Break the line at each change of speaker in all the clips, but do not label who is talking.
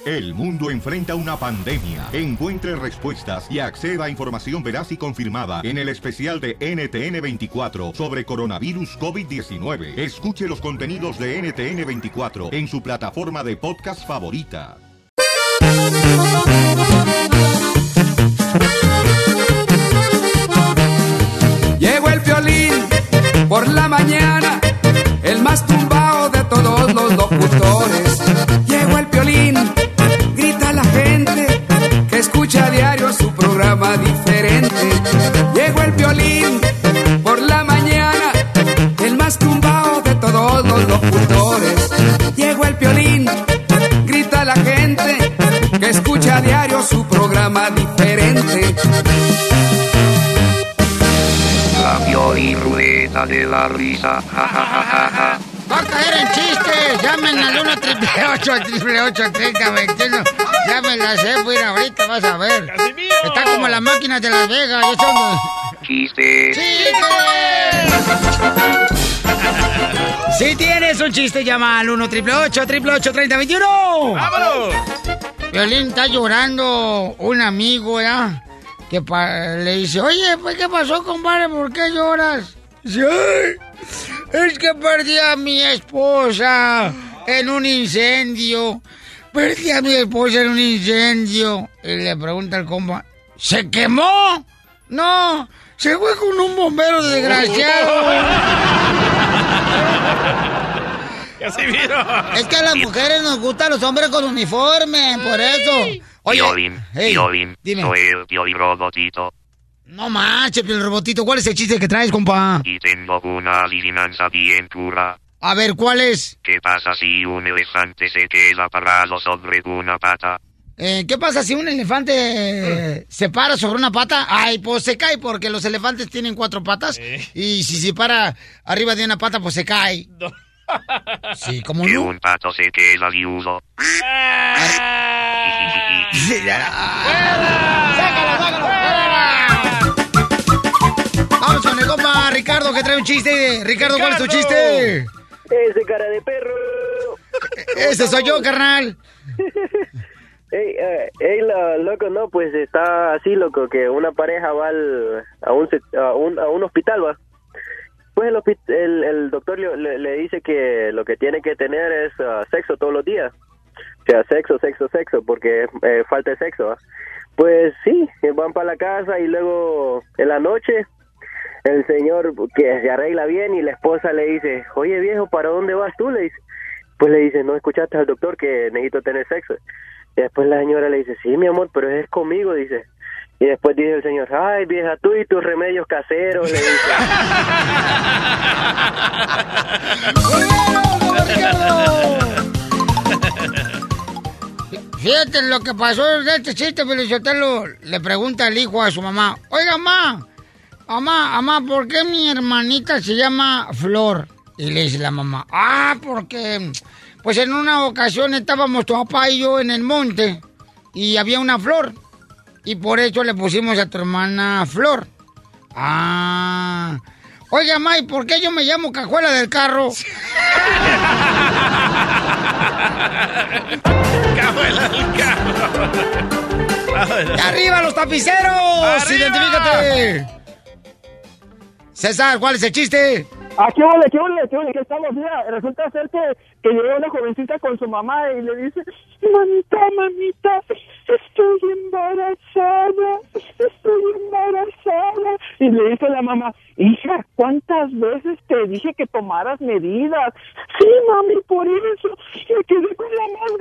El mundo enfrenta una pandemia. Encuentre respuestas y acceda a información veraz y confirmada en el especial de NTN24 sobre coronavirus COVID-19. Escuche los contenidos de NTN24 en su plataforma de podcast favorita.
Llegó el Piolín por la mañana, el más tumbado de todos los locutores. Llegó el Piolín, grita la gente que escucha a diario su programa diferente. Llegó el Piolín por la mañana, el más tumbado de todos los locutores. Llegó el Piolín, grita la gente que escucha a diario su programa diferente.
La Piolín-Rueda de la risa, ja, ja, ja, ja, ja.
¡Va a caer en chistes! ¡Llamen al 1-888-830-21! Ya me la sé, pues ahorita vas a ver. ¡Casimiro! Está como las máquinas de Las Vegas. Yo son...
¡Chiste!
¡Chiste! Si tienes un chiste, llama al 1-888-830-21.
¡Vámonos!
Piolín está llorando un amigo, ¿ya? Que le dice, oye, pues, ¿qué pasó, compadre? ¿Por qué lloras? Dice, ay, es que perdí a mi esposa en un incendio. Perdí a mi esposa en un incendio. Y le pregunta al compa, ¿se quemó? No, se fue con un bombero desgraciado. Es que a las mujeres nos gustan los hombres con uniforme, por eso. Oye,
Piolín,
dime.
soy el Piolín Robotito.
No manches, el robotito. ¿Cuál es el chiste que traes, compa?
Y tengo una adivinanza bien pura.
A ver, ¿cuál es?
¿Qué pasa si un elefante se queda parado sobre una pata?
¿Qué pasa si un elefante se para sobre una pata? Ay, pues se cae porque los elefantes tienen 4 patas. Y si se para arriba de una pata, pues se cae. No. Sí, como
que
no.
un pato se queda viudo.
Vamos con el compa Ricardo que trae un chiste. Ricardo, ¿cuál es tu chiste?
Ese cara de perro.
Ese soy yo, carnal.
Loco, no, pues está así, loco, que una pareja va a un hospital, va. Pues el doctor le dice que lo que tiene que tener es sexo todos los días. O sea, sexo, porque falta de sexo, ¿va? Pues sí, van para la casa y luego en la noche el señor que se arregla bien y la esposa le dice, oye viejo, ¿para dónde vas tú? Le dice. Pues le dice, ¿no escuchaste al doctor que necesito tener sexo? Y después la señora le dice, sí, mi amor, pero es conmigo, dice. Y después dice el señor, ay, vieja, tú y tus remedios caseros, le dice.
Fíjate lo que pasó de este chiste, Felicitelo. Le pregunta el hijo a su mamá, oiga, mamá, ¿por qué mi hermanita se llama Flor? Y le dice la mamá, porque pues en una ocasión estábamos tu papá y yo en el monte y había una flor. Y por eso le pusimos a tu hermana Flor. Oiga, ma, ¿y por qué yo me llamo Cajuela del Carro?
Cajuela del Carro.
¡Arriba los tapiceros! ¡Arriba! ¡Identifícate! César, ¿cuál es el chiste?
¿Qué ole? Que estamos, mira, resulta ser que llega una jovencita con su mamá y le dice, mamita, estoy embarazada. Y le dice la mamá, hija, ¿cuántas veces te dije que tomaras medidas? Sí, mami, por eso me quedé con la más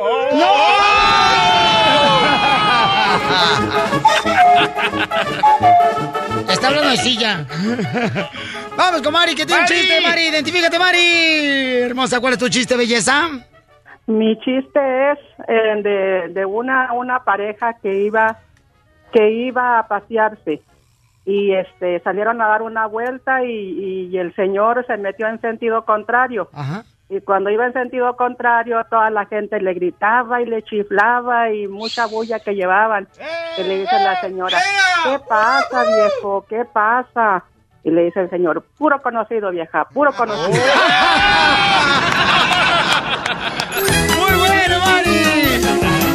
grande. Está hablando de silla. Vamos con Mari, que tiene un chiste, Mari. Identifícate, Mari. Hermosa, ¿cuál es tu chiste, belleza?
Mi chiste es de una pareja que iba a pasearse y salieron a dar una vuelta y el señor se metió en sentido contrario.
Ajá.
Y cuando iba en sentido contrario, toda la gente le gritaba y le chiflaba y mucha bulla que llevaban. Y le dice la señora, ¿qué pasa, viejo? ¿Qué pasa? Y le dice el señor, puro conocido, vieja, puro conocido.
¡Muy bueno, Mari!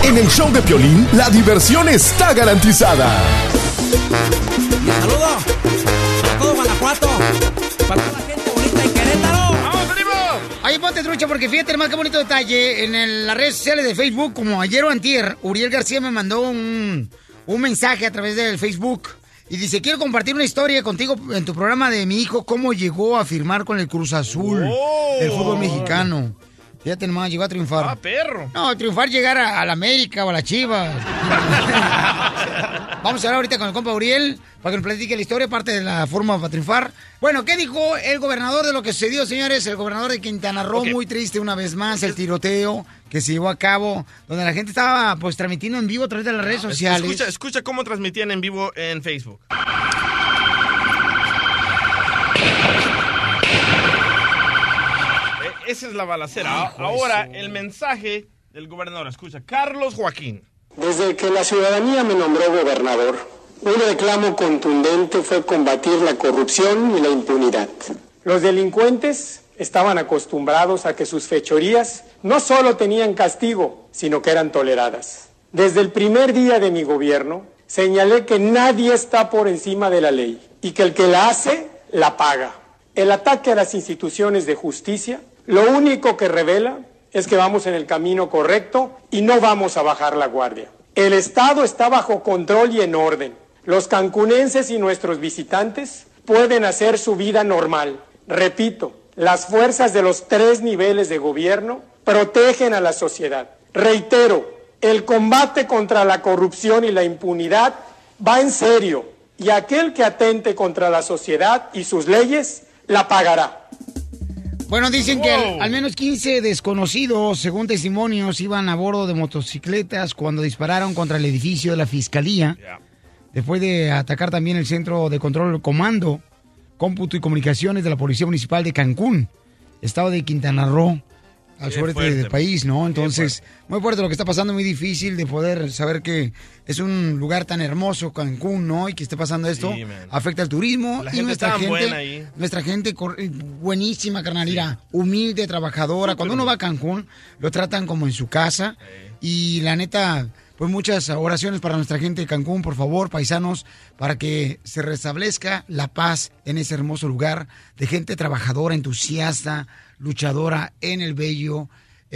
En el show de Piolín, la diversión está garantizada.
Y saludo a todo Guanajuato, para toda la gente bonita en Querétaro.
¡Vamos, primo! Ahí ponte trucha, porque fíjate más que bonito detalle. En las redes sociales de Facebook, como ayer o antier, Uriel García me mandó un mensaje a través del Facebook. Y dice, quiero compartir una historia contigo en tu programa de mi hijo, cómo llegó a firmar con el Cruz Azul del fútbol mexicano. Fíjate nomás, llegó a triunfar.
¡Ah, perro!
No, triunfar, llegar a la América o a la Chivas. Vamos a hablar ahorita con el compa Uriel para que nos platique la historia, parte de la forma para triunfar. Bueno, ¿qué dijo el gobernador de lo que sucedió, señores? El gobernador de Quintana Roo, muy triste una vez más, el tiroteo que se llevó a cabo, donde la gente estaba pues transmitiendo en vivo a través de las redes sociales.
Escucha cómo transmitían en vivo en Facebook. Esa es la balacera. Ahora, el mensaje del gobernador. Escucha, Carlos Joaquín.
Desde que la ciudadanía me nombró gobernador, un reclamo contundente fue combatir la corrupción y la impunidad.
Los delincuentes estaban acostumbrados a que sus fechorías no solo tenían castigo, sino que eran toleradas. Desde el primer día de mi gobierno, señalé que nadie está por encima de la ley y que el que la hace, la paga. El ataque a las instituciones de justicia, lo único que revela es que vamos en el camino correcto y no vamos a bajar la guardia. El Estado está bajo control y en orden. Los cancunenses y nuestros visitantes pueden hacer su vida normal. Repito, las fuerzas de los 3 niveles de gobierno protegen a la sociedad. Reitero, el combate contra la corrupción y la impunidad va en serio y aquel que atente contra la sociedad y sus leyes la pagará.
Bueno, dicen que al menos 15 desconocidos, según testimonios, iban a bordo de motocicletas cuando dispararon contra el edificio de la Fiscalía, después de atacar también el Centro de Control, Comando, Cómputo y Comunicaciones de la Policía Municipal de Cancún, estado de Quintana Roo, al sureste del país, ¿no? Entonces, muy fuerte lo que está pasando, muy difícil de poder saber que es un lugar tan hermoso, Cancún, ¿no? Y que esté pasando esto, afecta al turismo.
La
y
gente
nuestra
buena ahí.
nuestra gente buenísima, carnalera, humilde, trabajadora. Cuando uno va a Cancún, lo tratan como en su casa. Y la neta, pues muchas oraciones para nuestra gente de Cancún, por favor, paisanos, para que se restablezca la paz en ese hermoso lugar de gente trabajadora, entusiasta, luchadora en el bello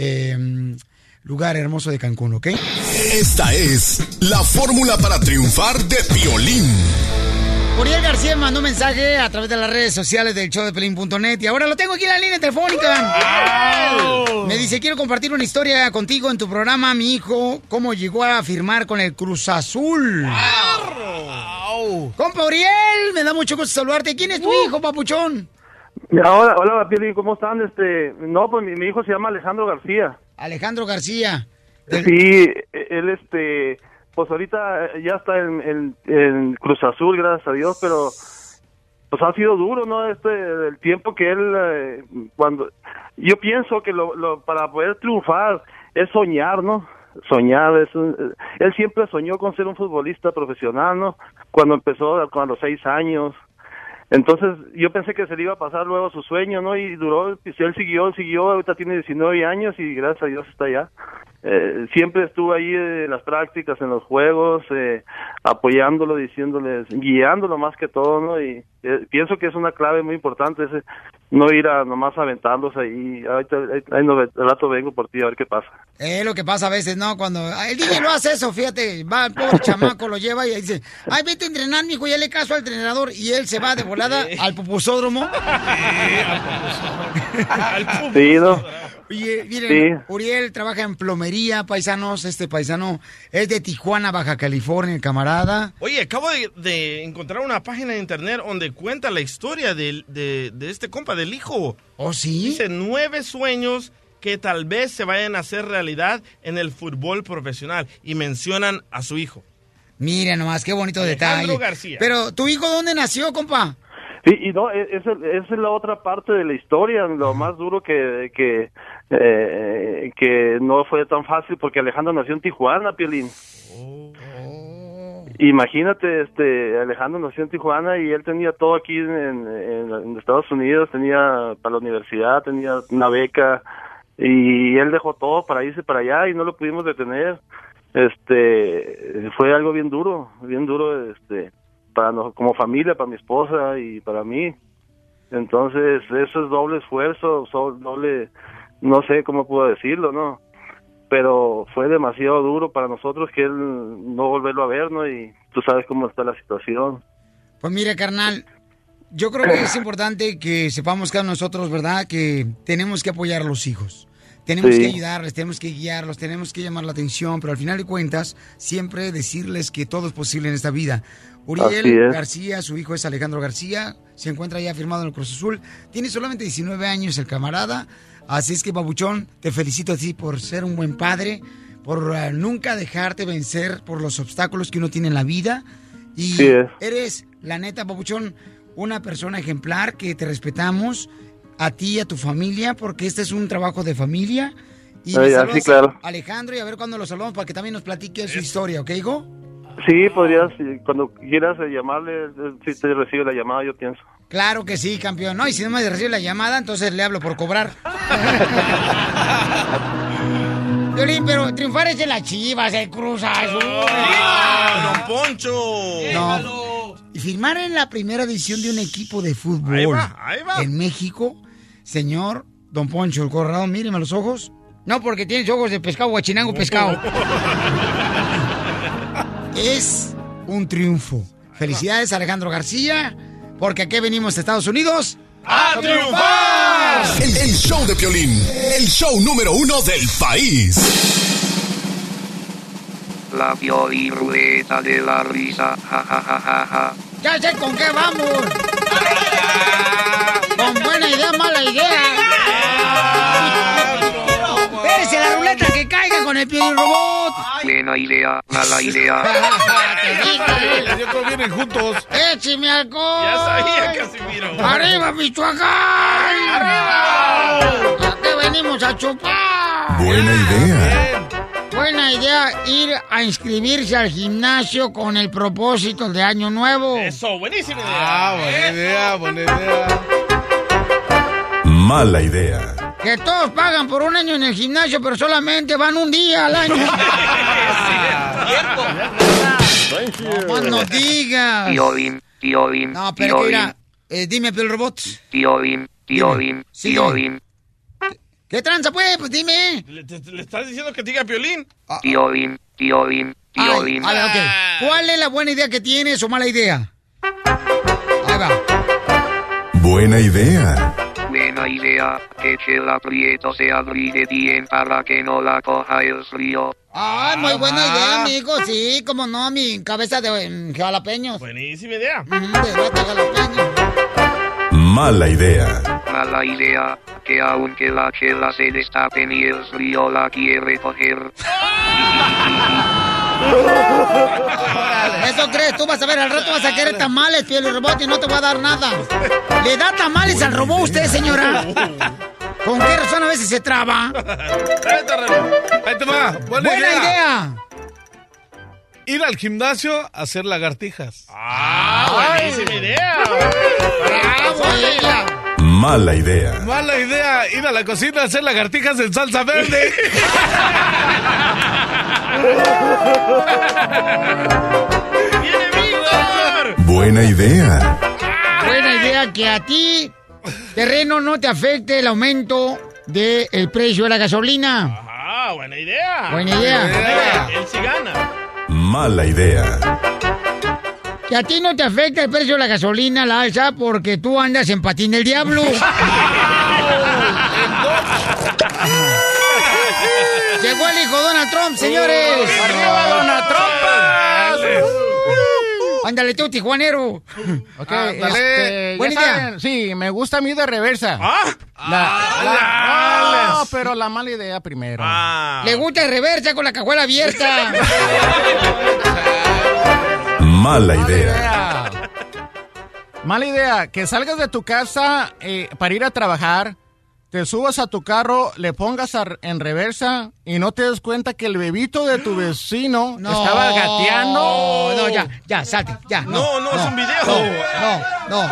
lugar hermoso de Cancún, ¿ok?
Esta es la fórmula para triunfar de Piolín.
Uriel García me mandó un mensaje a través de las redes sociales del show de Piolín.net y ahora lo tengo aquí en la línea telefónica. ¡Oh! Me dice, quiero compartir una historia contigo en tu programa, mi hijo, cómo llegó a firmar con el Cruz Azul. ¡Oh! Compa Uriel, me da mucho gusto saludarte. ¿Quién es tu hijo, papuchón?
Hola, Piolín, ¿cómo están? No, pues mi hijo se llama Alejandro García.
Alejandro García.
Sí, él, pues ahorita ya está en Cruz Azul, gracias a Dios, pero pues ha sido duro, ¿no? El tiempo que él, cuando yo pienso que para poder triunfar es soñar, ¿no? Soñar, él siempre soñó con ser un futbolista profesional, ¿no? Cuando empezó con los 6 años. Entonces yo pensé que se le iba a pasar luego su sueño, ¿no? Y duró, él siguió, ahorita tiene 19 años y gracias a Dios está allá. Siempre estuvo ahí en las prácticas, en los juegos, apoyándolo, diciéndoles, guiándolo más que todo, ¿no? Y pienso que es una clave muy importante, no ir a nomás aventarlos ahí. Ahorita, al rato vengo por ti a ver qué pasa.
Lo que pasa a veces, ¿no? Cuando el DJ lo hace eso, fíjate, va el pobre chamaco, lo lleva y dice, ay, vete a entrenar, mijo, ya le caso al entrenador, y él se va de volada al pupusódromo.
Sí, ¿no?
Oye, miren, sí. Uriel trabaja en plomería, paisanos. Este paisano es de Tijuana, Baja California, el camarada.
Oye, acabo de encontrar una página de internet donde cuenta la historia de este compa, del hijo.
¿Oh, sí?
Dice 9 sueños que tal vez se vayan a hacer realidad en el fútbol profesional. Y mencionan a su hijo.
Mira nomás, qué bonito
Alejandro
detalle.
García.
Pero, ¿tu hijo dónde nació, compa?
Sí, y no, esa es la otra parte de la historia, lo más duro que no fue tan fácil, porque Alejandro nació en Tijuana, Piolín. Imagínate, Alejandro nació en Tijuana y él tenía todo aquí en Estados Unidos, tenía para la universidad, tenía una beca, y él dejó todo para irse para allá y no lo pudimos detener. fue algo bien duro, para como familia, para mi esposa y para mí. Entonces, eso es doble esfuerzo, doble, no sé cómo puedo decirlo, ¿no? Pero fue demasiado duro para nosotros que él no volverlo a ver, ¿no? Y tú sabes cómo está la situación.
Pues mire, carnal, yo creo que es importante que sepamos cada nosotros, ¿verdad? Que tenemos que apoyar a los hijos. Tenemos que ayudarles, tenemos que guiarlos, tenemos que llamar la atención, pero al final de cuentas, siempre decirles que todo es posible en esta vida. Uriel García, su hijo es Alejandro García, se encuentra ya firmado en el Cruz Azul. Tiene solamente 19 años el camarada, así es que, papuchón, te felicito a ti por ser un buen padre, por nunca dejarte vencer por los obstáculos que uno tiene en la vida. Y eres, la neta, papuchón, una persona ejemplar que te respetamos, a ti y a tu familia, porque este es un trabajo de familia. Y
sí, claro.
Alejandro, y a ver cuándo lo saludamos para que también nos platique su historia, ¿ok, hijo?
Sí, podrías, cuando quieras llamarle, si te recibe la llamada, yo pienso.
Claro que sí, campeón. No, y si no me recibe la llamada, entonces le hablo por cobrar. Violín, pero triunfar es de las Chivas, el Cruz Azul.
¡Don Poncho!
No. Y firmar en la primera división de un equipo de fútbol
ahí va.
en México, señor Don Poncho, el Corrado, míreme a los ojos. No, porque tienes ojos de pescado, guachinango pescado. Es un triunfo. Felicidades, Alejandro García, porque aquí venimos a Estados Unidos
¡a triunfar! El show de Piolín, el show número 1 del país.
La Piolirrueta de la risa, ja, ja, ja, ja, ja.
Ya sé con qué vamos. Con buena idea, mala idea. Espérese la ruleta que caiga con el Piolín Robot.
Buena idea, mala idea.
Yo creo que vienen juntos.
¡Écheme alcohol!
Ya sabía, Casimiro.
¡Arriba, Michoacán! ¡Arriba! Aquí venimos a chupar.
Buena idea.
Buena idea ir a inscribirse al gimnasio con el propósito de Año Nuevo.
Eso, buenísima idea.
Buena idea.
Mala idea.
Que todos pagan por un año en el gimnasio, pero solamente van un día al año. No, no digas.
Piolín.
No, pero que mira, dime, Piolín Robot.
Piolín.
¿Qué tranza, pues? Pues dime.
¿Le estás diciendo que diga Piolín?
Piolín.
A ver, okay. ¿Cuál es la buena idea que tienes o mala idea? Ahí va.
Buena idea.
Buena idea, que Chela Prieto se abrigue bien para que no la coja el frío.
Ah, muy buena idea, amigo. Sí, como no, mi cabeza de jalapeños.
Buenísima idea.
De jalapeños.
Mala idea.
Mala idea, que aunque la chela se destape ni el frío la quiere coger.
¿Eso crees? Tú vas a ver, al rato vas a querer tamales, Piolín Robot, y no te va a dar nada. ¿Le da tamales al robot usted, señora? ¿Con qué razón a veces se traba?
Ahí te va.
Buena idea.
Ir al gimnasio a hacer lagartijas.
Buenísima idea.
¡Bravo, ella!
Mala idea.
Mala idea, ir a la cocina a hacer lagartijas en salsa verde.
¡Viene Víctor!
Buena idea.
Buena idea que a ti, terreno, no te afecte el aumento del precio de la gasolina.
Ajá, buena idea.
Buena idea.
Él sí gana.
Mala idea.
Que a ti no te afecta el precio de la gasolina, la alza, porque tú andas en patín del diablo. Llegó el hijo Donald Trump, señores.
¡Arriba, Donald Trump!
Ándale tú, tijuanero.
Ok,
buena idea.
Sí, me gusta a mí de reversa. No, pero la mala idea primero.
Le gusta de reversa con la cajuela abierta.
Mala idea.
Mala idea, que salgas de tu casa para ir a trabajar, te subas a tu carro, le pongas en reversa y no te des cuenta que el bebito de tu vecino estaba gateando.
No, ya, salte, ya.
No, es un video.
No.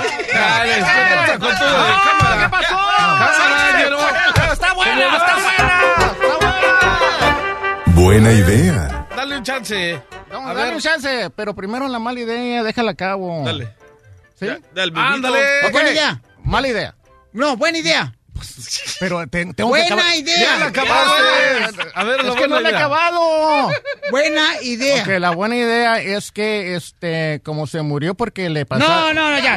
¿Qué pasó? Está buena.
Buena idea.
Dale un chance.
Vamos
A
a darle
ver.
un chance, pero primero la mala idea, déjala a cabo.
Dale.
¿Sí?
Del
Ándale.
Ok,
Buena idea.
Mala idea.
No, buena idea.
Pero tengo que
Buena
acabar.
idea.
Ya la acabaste. A ver, la
Es que
buena
no la he
idea.
acabado.
Buena idea.
Ok, la buena idea es que, como se murió porque le pasó.
No, ya.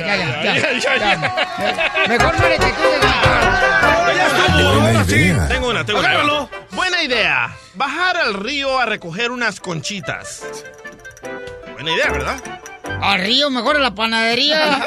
Mejor muérete tú.
Buena idea.
Tengo una.
Agárralo.
Buena idea. Bajar al río a recoger unas conchitas. Buena idea, ¿verdad?
Al río, mejor a la panadería.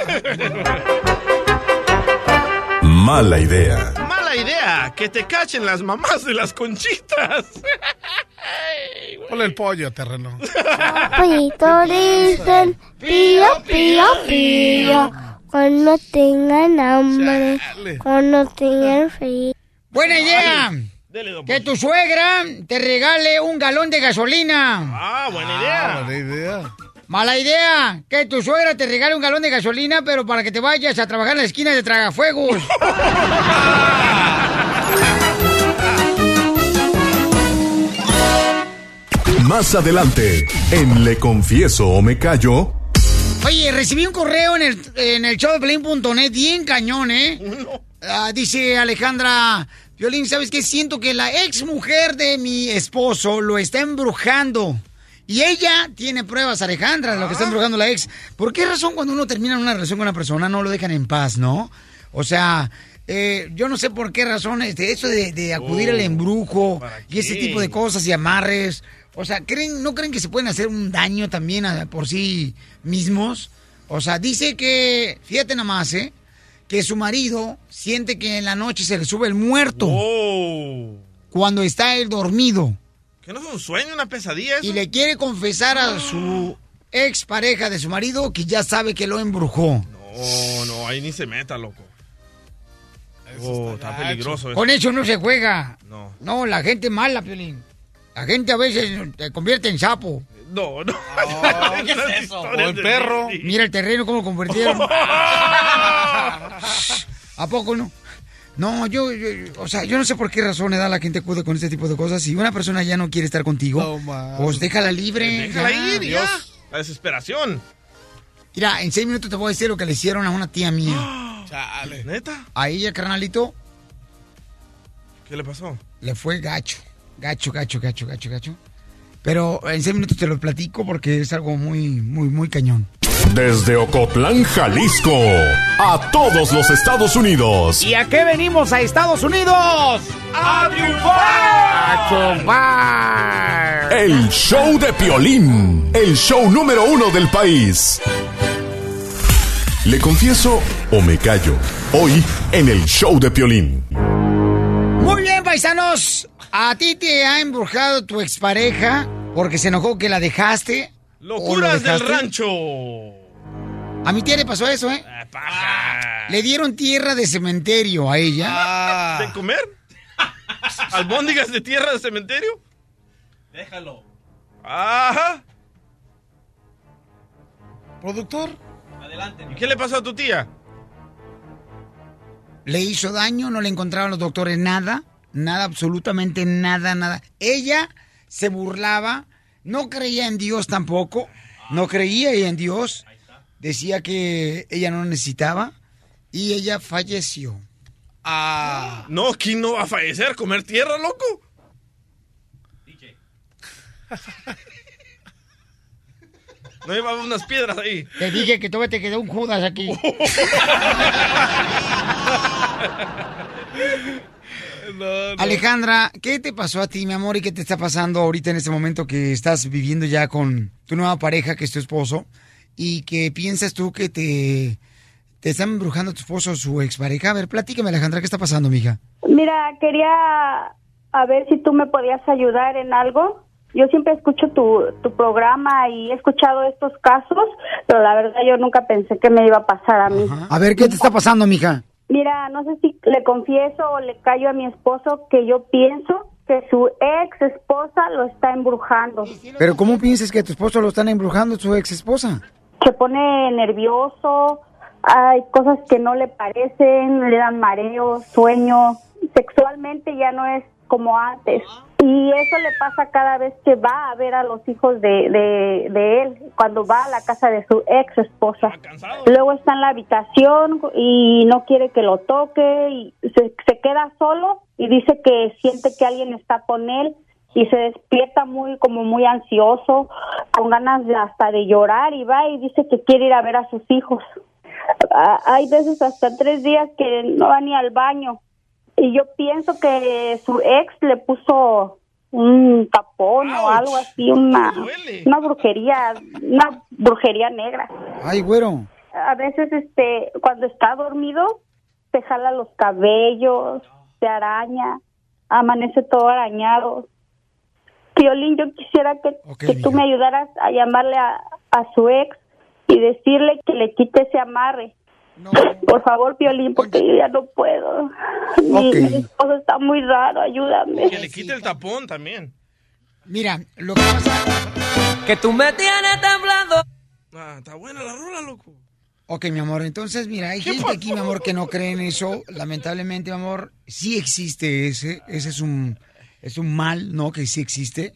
Mala idea.
Mala idea. Que te cachen las mamás de las conchitas.
Ponle el pollo, terreno.
Pollito dicen pío, pío, pío. Cuando tengan hambre, cuando tengan frío.
Buena idea.
Dele, don
Que
Poncho.
tu suegra te regale un galón de gasolina.
Ah, buena idea.
Buena idea.
Mala idea. Que tu suegra te regale un galón de gasolina, pero para que te vayas a trabajar en la esquina de Tragafuegos.
Más adelante, en Le Confieso o Me Callo,
Oye, recibí un correo en el showdepiolín.net bien cañón, ¿eh? Dice Alejandra, Piolín, ¿sabes qué? Siento que la ex mujer de mi esposo lo está embrujando. Y ella tiene pruebas, Alejandra, de lo que está embrujando la ex. ¿Por qué razón cuando uno termina una relación con una persona no lo dejan en paz, no? O sea, yo no sé por qué razón eso de acudir al embrujo y ese tipo de cosas y amarres. O sea, ¿no creen que se pueden hacer un daño también por sí mismos? O sea, dice que, fíjate nada más, que su marido siente que en la noche se le sube el muerto cuando está él dormido.
¿Que no es un sueño, una pesadilla eso?
Y le quiere confesar a su ex pareja de su marido que ya sabe que lo embrujó.
No, ahí ni se meta, loco. Está peligroso eso.
Con eso no se juega.
No.
No, la gente mala, Piolín. La gente a veces te convierte en sapo.
No.
¿Qué es eso? O el perro.
Mira el terreno cómo lo convirtieron. ¿A poco no? No, yo no sé por qué razón da la gente acude con este tipo de cosas. Si una persona ya no quiere estar contigo, pues déjala libre.
Déjala ir, ya. La desesperación.
Mira, en 6 minutos te voy a decir lo que le hicieron a una tía mía.
Chale. ¿Neta?
A ella, carnalito,
¿Qué le pasó?
le fue gacho. Gacho. Pero en 6 minutos te lo platico porque es algo muy cañón.
desde Ocotlán, Jalisco, a todos los Estados Unidos.
¿Y a qué venimos a Estados Unidos? ¡A triunfar! ¡A triunfar!
El show de Piolín, el show número 1 del país. ¿Le confieso o me callo? Hoy en el show de Piolín.
Muy bien, paisanos. ¿A ti te ha embrujado tu expareja porque se enojó que la dejaste?
¡Locuras del rancho!
A mi tía le pasó eso, ¿eh? Le dieron tierra de cementerio a ella.
¿De comer? ¿Albóndigas de tierra de cementerio?
Déjalo.
Ajá.
¿Productor?
Adelante. ¿Y qué le pasó a tu tía?
Le hizo daño, no le encontraron los doctores nada, absolutamente nada. Ella se burlaba, no creía en Dios tampoco, no creía en Dios, decía que ella no necesitaba y ella falleció.
No, ¿quién no va a fallecer? ¿Comer tierra, loco? No llevaba unas piedras ahí.
Te dije que todavía te quedó un Judas aquí. Alejandra, ¿qué te pasó a ti, mi amor, y qué te está pasando ahorita en este momento que estás viviendo ya con tu nueva pareja, que es tu esposo, y que piensas tú que te están embrujando tu esposo o su expareja? A ver, platícame, Alejandra, ¿qué está pasando, mija?
Mira, quería a ver si tú me podías ayudar en algo. Yo siempre escucho tu programa y he escuchado estos casos, pero la verdad yo nunca pensé que me iba a pasar a mí.
A ver, ¿qué te está pasando, mija?
Mira, no sé si le confieso o le callo a mi esposo que yo pienso que su ex esposa lo está embrujando.
¿Pero cómo piensas que a tu esposo lo están embrujando, su ex esposa?
Se pone nervioso, hay cosas que no le parecen, le dan mareos, sueño. Sexualmente ya no es como antes. Y eso le pasa cada vez que va a ver a los hijos de él, cuando va a la casa de su ex esposa. Luego está en la habitación y no quiere que lo toque y se queda solo y dice que siente que alguien está con él y se despierta muy ansioso, con ganas hasta de llorar, y va y dice que quiere ir a ver a sus hijos. Hay veces hasta 3 días que no va ni al baño. Y yo pienso que su ex le puso un tapón o algo así, una brujería negra.
Ay, güero.
A veces cuando está dormido se jala los cabellos, se araña, amanece todo arañado. Piolín, yo quisiera que tú me ayudaras a llamarle a su ex y decirle que le quite ese amarre. No. Por favor, Piolín, porque yo ya no puedo. Mi esposo está muy raro, ayúdame.
Que le quite el tapón también.
Mira, lo que pasa...
Que tú me tienes temblando.
Está buena la rola, loco.
Ok, mi amor, entonces, mira, hay gente aquí, mi amor, que no cree en eso. Lamentablemente, mi amor, sí existe ese es un mal, ¿no? Que sí existe.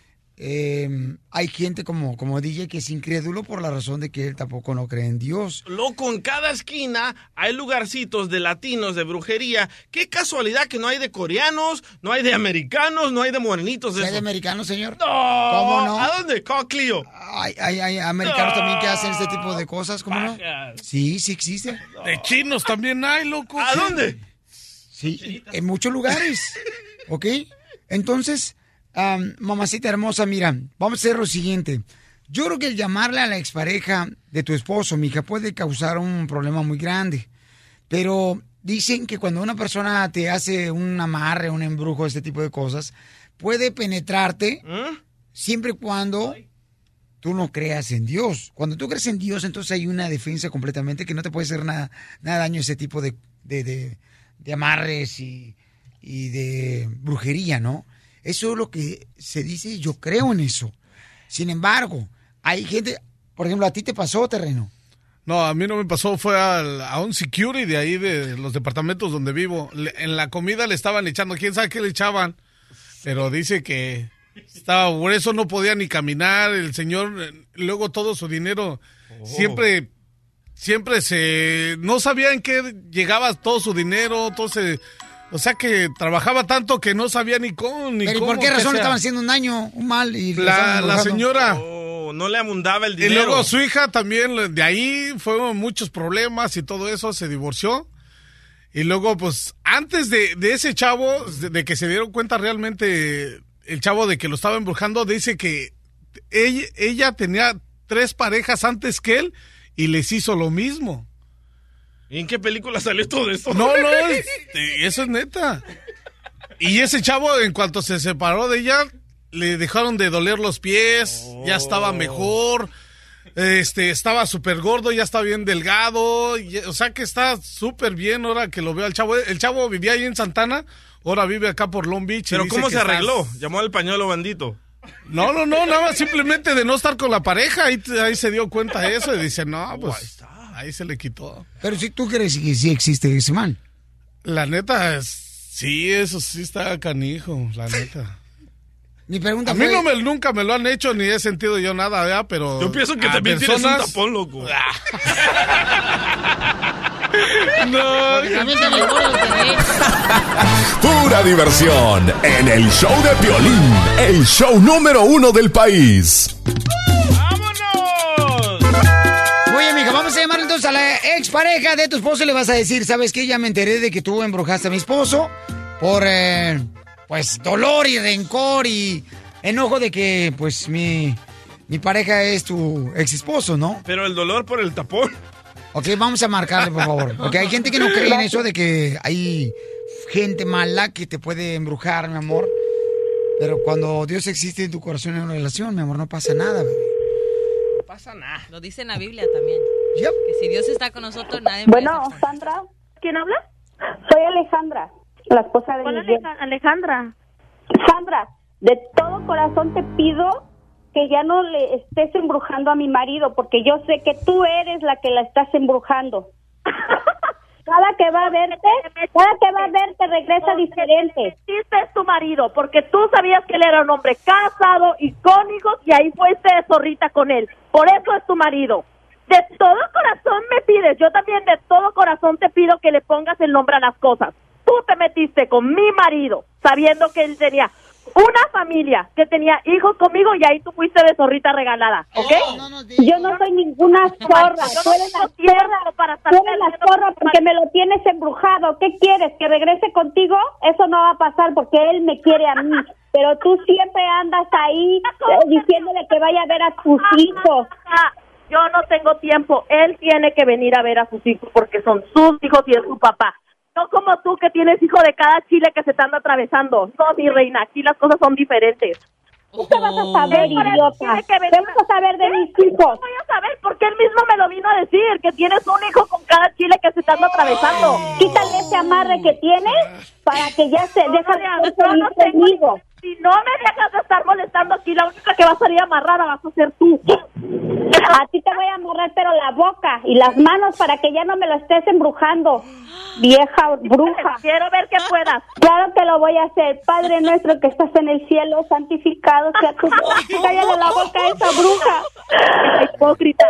Hay gente como DJ que es incrédulo por la razón de que él tampoco no cree en Dios.
Loco, en cada esquina hay lugarcitos de latinos, de brujería. Qué casualidad que no hay de coreanos, no hay de americanos, no hay de morenitos.
¿Hay de americanos, señor?
No.
¿Cómo no?
¿A dónde? Clio.
Hay americanos también que hacen este tipo de cosas, ¿cómo no? Sí existe.
De chinos también hay, loco.
¿A dónde?
Sí, en muchos lugares. ¿Ok? Entonces... mamacita hermosa, mira, vamos a hacer lo siguiente. Yo creo que el llamarle a la expareja de tu esposo, mija, puede causar un problema muy grande. Pero dicen que cuando una persona te hace un amarre, un embrujo, este tipo de cosas, puede penetrarte siempre y cuando tú no creas en Dios. Cuando tú crees en Dios, entonces hay una defensa completamente que no te puede hacer nada daño ese tipo de amarres y de brujería, ¿no? Eso es lo que se dice y yo creo en eso. Sin embargo, hay gente... Por ejemplo, ¿a ti te pasó, Terreno?
No, a mí no me pasó. Fue a un security de ahí, de los departamentos donde vivo. En la comida le estaban echando, quién sabe qué le echaban. Pero dice que estaba... Por eso no podía ni caminar. El señor, luego todo su dinero, siempre no sabía en qué llegaba todo su dinero, entonces... O sea que trabajaba tanto que no sabía ni cómo.
¿Pero por qué razón le estaban haciendo un daño, un mal? Y
la señora.
No le abundaba el dinero.
Y luego su hija también, de ahí fueron muchos problemas y todo eso, se divorció. Y luego, pues, antes de ese chavo, de que se dieron cuenta realmente el chavo de que lo estaba embrujando, dice que ella tenía 3 parejas antes que él y les hizo lo mismo.
¿Y en qué película salió todo esto?
No, eso es neta. Y ese chavo, en cuanto se separó de ella, le dejaron de doler los pies, ya estaba mejor, estaba súper gordo, ya está bien delgado, o sea que está súper bien ahora que lo veo al chavo. El chavo vivía ahí en Santana, ahora vive acá por Long Beach.
¿Pero cómo se arregló? ¿Llamó al pañuelo bandito?
No, nada más simplemente de no estar con la pareja, ahí se dio cuenta de eso y dice, no, pues... Ahí se le quitó.
Pero si tú crees que sí existe ese mal.
La neta, sí, eso sí está canijo, la neta.
Mi pregunta
a mí nunca me lo han hecho, ni he sentido yo nada, ¿verdad? Pero...
Yo pienso que también tienes un tapón, loco.
No.
Pura diversión en el show de Piolín, el show número 1 del país.
Vamos a llamar entonces a la expareja de tu esposo y le vas a decir, ¿sabes qué? Ya me enteré de que tú embrujaste a mi esposo por, pues, dolor y rencor y enojo de que, pues, mi pareja es tu ex esposo, ¿no?
Pero el dolor por el tapón.
Ok, vamos a marcarle, por favor. Porque hay gente que no cree en eso de que hay gente mala que te puede embrujar, mi amor. Pero cuando Dios existe en tu corazón en una relación, mi amor, no pasa nada, bebé.
No pasa nada.
Lo dice en la Biblia también.
Yep.
Que si Dios está con nosotros, nadie
Bueno,
puede estar.
Sandra. ¿Quién habla? Soy Alejandra, la esposa de Miguel.
Alejandra.
Sandra, de todo corazón te pido que ya no le estés embrujando a mi marido, porque yo sé que tú eres la que la estás embrujando. Cada que va a verte regresa diferente.
Este es tu marido, porque tú sabías que él era un hombre casado y con hijos, y ahí fuiste de zorrita con él. Por eso es tu marido. De todo corazón me pides, yo también de todo corazón te pido que le pongas el nombre a las cosas. Tú te metiste con mi marido, sabiendo que él tenía una familia, que tenía hijos conmigo, y ahí tú fuiste de zorrita regalada, ¿ok?
Yo no soy ninguna zorra, tú eres la zorra porque me lo tienes embrujado. ¿Qué quieres? ¿Que regrese contigo? Eso no va a pasar porque él me quiere a mí, pero tú siempre andas ahí diciéndole que vaya a ver a tus hijos.
Yo no tengo tiempo, él tiene que venir a ver a sus hijos porque son sus hijos y es su papá. No como tú que tienes hijo de cada chile que se te anda atravesando. No, mi reina, aquí las cosas son diferentes.
¿Qué vas a saber, idiota? ¿Qué vas a saber de mis hijos?
No voy a saber porque él mismo me lo vino a decir, que tienes un hijo con cada chile que se te anda atravesando.
Quítale ese amarre que tienes para que ya se deje de seguir conmigo.
Si no me dejas de estar molestando aquí, la única que va a salir amarrada vas a ser tú.
A ti te voy a amarrar pero la boca y las manos para que ya no me lo estés embrujando, vieja bruja.
Quiero ver que puedas.
Claro que lo voy a hacer. Padre nuestro que estás en el cielo, santificado sea tu nombre. Cállale la boca a esa bruja.
Hipócrita.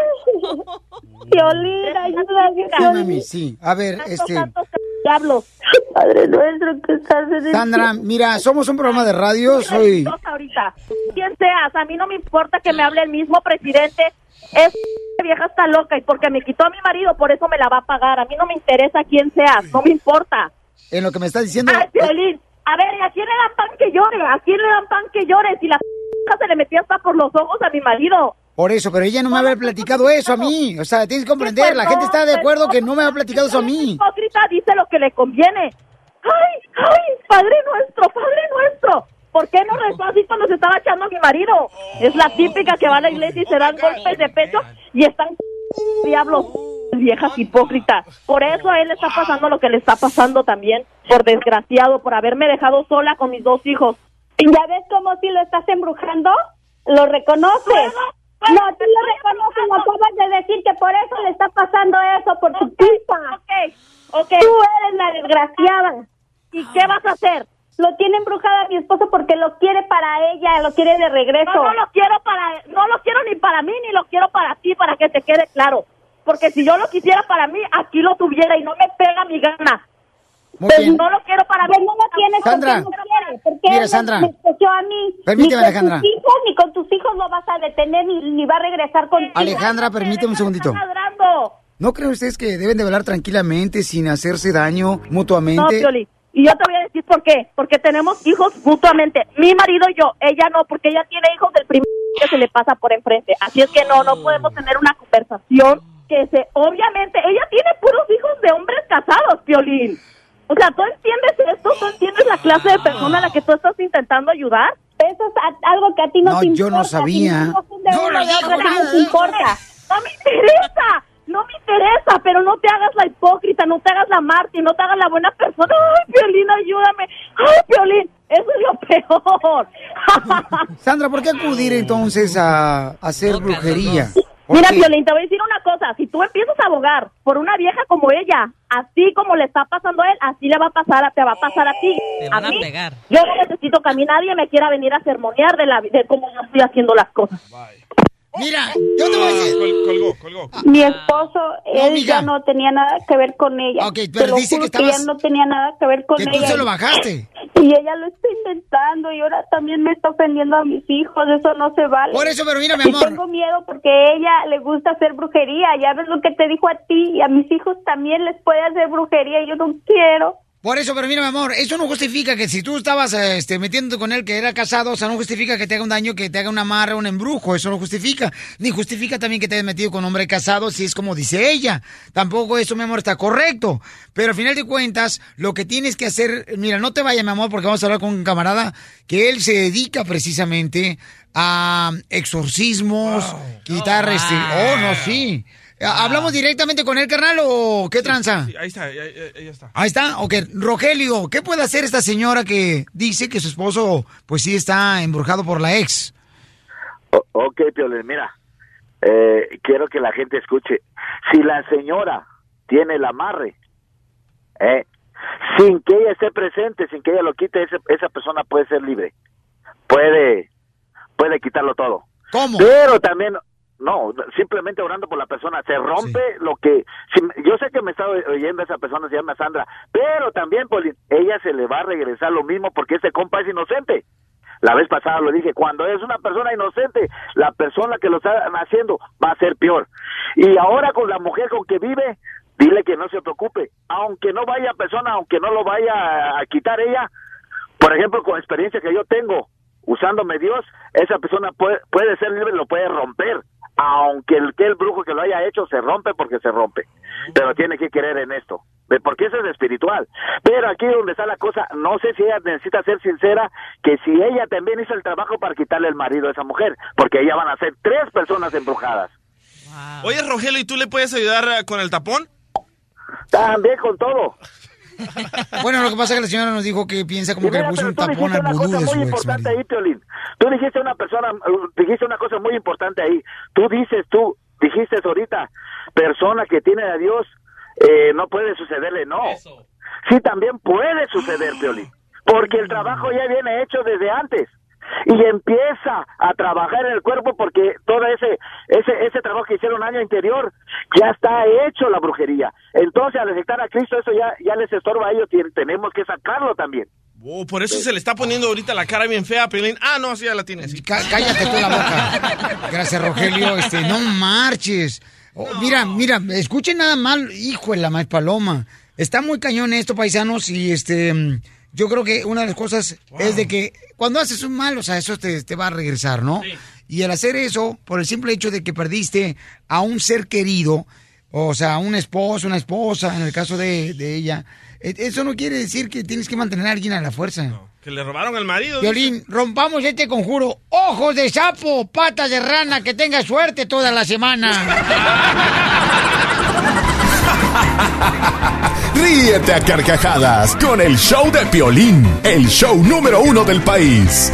Piolín, ayúdame.
Sí, mami, sí. A ver,
Diablo.
Padre nuestro que estás en el
Sandra, mira, somos un programa de radio, soy...
Ahorita, quien seas, a mí no me importa que me hable el mismo presidente. Es vieja está loca y porque me quitó a mi marido, por eso me la va a pagar. A mí no me interesa quién seas, no me importa.
En lo que me estás diciendo...
Ay, Piolín, a ver, ¿a quién le dan pan que llore? ¿A quién le dan pan que llore? Si la se le metía hasta por los ojos a mi marido.
Por eso, pero ella no me había platicado eso a mí. O sea, tienes que comprender, la gente está de acuerdo que no me ha platicado eso a mí.
Hipócrita dice lo que le conviene. ¡Ay, Padre nuestro! ¿Por qué no rezó así cuando se estaba echando a mi marido? Es la típica que va a la iglesia y se dan golpes de pecho y están diablos, viejas hipócritas. Por eso a él le está pasando lo que le está pasando también, por desgraciado, por haberme dejado sola con mis 2 hijos.
¿Ya ves cómo si lo estás embrujando? ¿Lo reconoces? No, tú lo reconoces, lo acabas de decir que por eso le está pasando eso, por tu culpa.
Ok.
Tú eres la desgraciada.
¿Y qué vas a hacer?
Lo tiene embrujada mi esposo porque lo quiere para ella, lo quiere de regreso.
No lo quiero ni para mí, ni lo quiero para ti, para que te quede claro. Porque si yo lo quisiera para mí, aquí lo tuviera y no me pega mi gana. Pero no lo quiero para mí.
No lo tienes,
Sandra,
porque no quiere. Porque
mira, Sandra,
me escogió a mí.
Permíteme,
ni
Alejandra.
Ni con tus hijos lo vas a detener, ni va a regresar contigo.
Alejandra, permíteme un segundito. ¿No creen ustedes que deben de hablar tranquilamente sin hacerse daño mutuamente?
No, Pioli. Y yo te voy a decir por qué. Porque tenemos hijos mutuamente. Mi marido y yo. Ella no, porque ella tiene hijos del primer que se le pasa por enfrente. Así es que no podemos tener una conversación que obviamente, ella tiene puros hijos de hombres casados, Piolín. O sea, ¿tú entiendes esto? ¿Tú entiendes la clase de persona a la que tú estás intentando ayudar?
Eso es algo que a ti no te importa.
Yo no sabía.
No te importa.
No me interesa, pero no te hagas la hipócrita, no te hagas la Marti, no te hagas la buena persona. Ay, Piolín, ayúdame. Ay, Piolín, eso es lo peor.
Sandra, ¿por qué acudir entonces a hacer brujería?
Mira, Piolín, te voy a decir una cosa. Si tú empiezas a abogar por una vieja como ella, así como le está pasando a él, así le va a pasar, te va a pasar a ti.
Te van a pegar.
Yo no necesito que a mí nadie me quiera venir a sermonear de cómo yo estoy haciendo las cosas.
Mira, yo te voy a decir...
Colgó.
Mi esposo, él ya no tenía nada que ver con ella.
Ok, pero dice que estabas...
ya no tenía nada que ver con
que
ella.
tú se lo bajaste.
Y ella lo está inventando y ahora también me está ofendiendo a mis hijos. Eso no se vale.
Por eso, pero mira, mi amor.
Y tengo miedo porque a ella le gusta hacer brujería. Ya ves lo que te dijo a ti y a mis hijos también les puede hacer brujería y yo no quiero.
Por eso, pero mira, mi amor, eso no justifica que si tú estabas metiéndote con él que era casado, o sea, no justifica que te haga un daño, que te haga un amarre, un embrujo, eso no justifica. Ni justifica también que te hayas metido con un hombre casado, si es como dice ella. Tampoco eso, mi amor, está correcto. Pero al final de cuentas, lo que tienes que hacer, mira, no te vayas, mi amor, porque vamos a hablar con un camarada que él se dedica precisamente a exorcismos, quitar Oh, no, sí. ¿Hablamos directamente con él, carnal, o qué tranza?
Sí, ahí está, ella está.
Ahí está, ok. Rogelio, ¿qué puede hacer esta señora que dice que su esposo, pues sí, está embrujado por la ex?
Ok, Piolín, mira, quiero que la gente escuche. Si la señora tiene el amarre, Sin que ella esté presente, sin que ella lo quite, esa persona puede ser libre. Puede quitarlo todo.
¿Cómo?
Pero también, no, simplemente orando por la persona, se rompe lo que... yo sé que me está oyendo esa persona, se llama Sandra, pero también, Piolín, ella se le va a regresar lo mismo porque ese compa es inocente. La vez pasada lo dije, cuando es una persona inocente, la persona que lo está haciendo va a ser peor. Y ahora con la mujer con que vive, dile que no se preocupe, aunque no vaya persona, aunque no lo vaya a quitar ella, por ejemplo, con experiencia que yo tengo, usándome Dios, esa persona puede ser libre, lo puede romper, aunque el brujo que lo haya hecho se rompe porque se rompe, pero tiene que creer en esto, porque eso es espiritual. Pero aquí donde está la cosa, no sé si ella necesita ser sincera, que si ella también hizo el trabajo para quitarle el marido a esa mujer, porque ella van a ser 3 personas embrujadas.
Wow. Oye, Rogelio, ¿y tú le puedes ayudar con el tapón?
También con todo.
Bueno, lo que pasa es que la señora nos dijo que piensa como que le puso un tapón al vudú de su ex marido.
Ahí, Piolín. Tú dijiste una cosa muy importante ahí. Tú dijiste ahorita, persona que tiene a Dios, no puede sucederle, no. Eso. Sí, también puede suceder, Piolín, porque el trabajo ya viene hecho desde antes. Y empieza a trabajar en el cuerpo porque todo ese trabajo que hicieron el año anterior ya está hecho la brujería. Entonces, al aceptar a Cristo, eso ya les estorba a ellos y tenemos que sacarlo también.
Oh, por eso se le está poniendo ahorita la cara bien fea, Piolín. Ah, no, sí, ya la tienes.
Cállate tú la boca. Gracias, Rogelio. No marches. Oh, no. Mira, escuchen nada mal. Hijo de la maíz paloma. Está muy cañón esto, paisanos, y yo creo que una de las cosas es de que cuando haces un mal, o sea, eso te va a regresar, ¿no? Sí. Y al hacer eso, por el simple hecho de que perdiste a un ser querido, o sea, un esposo, una esposa, en el caso de ella, eso no quiere decir que tienes que mantener a alguien a la fuerza. No,
que le robaron al marido.
Piolín, rompamos este conjuro. Ojos de sapo, patas de rana, que tenga suerte toda la semana.
Ríete a carcajadas con el show de Piolín, el show número 1 del país.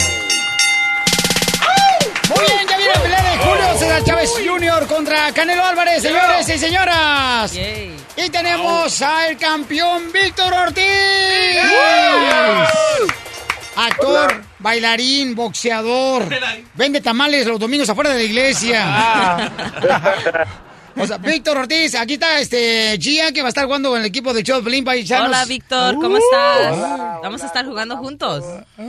Muy bien, ya viene la pelea de Julio César Chávez Jr. contra Canelo Álvarez, señores y señoras. Yay. Y tenemos al campeón Víctor Ortiz. Actor, bailarín, boxeador. Vende tamales los domingos afuera de la iglesia. O sea, Víctor Ortiz, aquí está Gia, que va a estar jugando en el equipo de Choplin Paisanos.
Hola, Víctor, ¿cómo estás? Hola. Vamos a estar jugando juntos.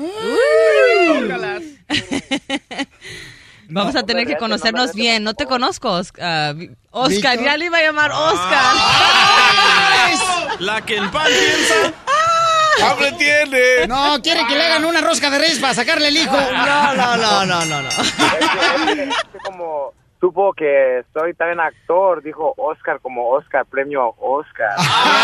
Vamos a tener que conocernos bien. No te conozco, Oscar. Ya le iba a llamar Oscar.
La que el pan piensa.
¡Hambre tiene!
No, quiere que le hagan una rosca de reyes para sacarle el hijo.
No.
Es que como supo que soy también actor, dijo Oscar como Oscar, premio Oscar.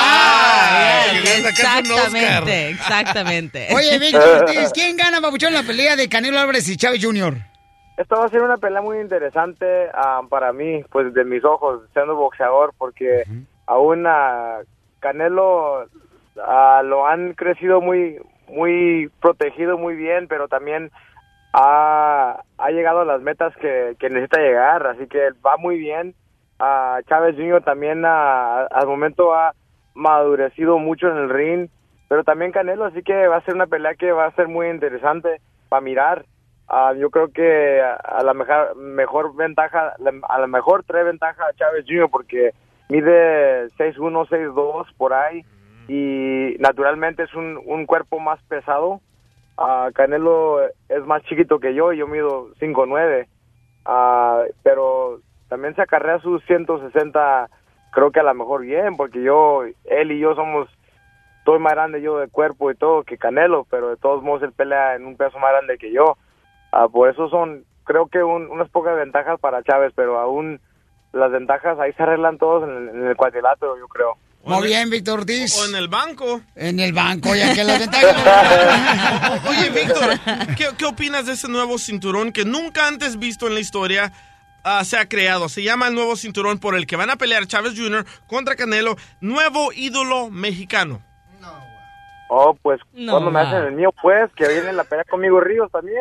Exactamente.
Oye, Víctor, ¿quién gana, papuchón, la pelea de Canelo Álvarez y Chávez Jr.?
Esto va a ser una pelea muy interesante para mí, pues de mis ojos, siendo boxeador, porque aún Canelo lo han crecido muy protegido, muy bien, pero también ha llegado a las metas que necesita llegar, así que va muy bien. Chávez Jr. también al momento ha madurecido mucho en el ring, pero también Canelo, así que va a ser una pelea que va a ser muy interesante para mirar. Yo creo que a la mejor ventaja, a la mejor trae ventaja a Chávez Jr. porque mide 6'1", 6'2", por ahí, y naturalmente es un cuerpo más pesado. Canelo es más chiquito que yo mido 5'9", pero también se acarrea sus 160, creo que a lo mejor bien, porque él y yo estoy más grande yo de cuerpo y todo que Canelo, pero de todos modos él pelea en un peso más grande que yo. Por eso creo que unas pocas ventajas para Chávez, pero aún las ventajas ahí se arreglan todos en el cuadrilátero, yo creo.
Muy bien, Víctor Ortiz.
O en el banco.
En el banco, ya que las ventajas.
Oye, Víctor, ¿qué opinas de ese nuevo cinturón que nunca antes visto en la historia se ha creado? Se llama el nuevo cinturón por el que van a pelear Chávez Jr. contra Canelo, nuevo ídolo mexicano.
Pues cuando me hacen el mío, pues, que viene la pelea conmigo Ríos también.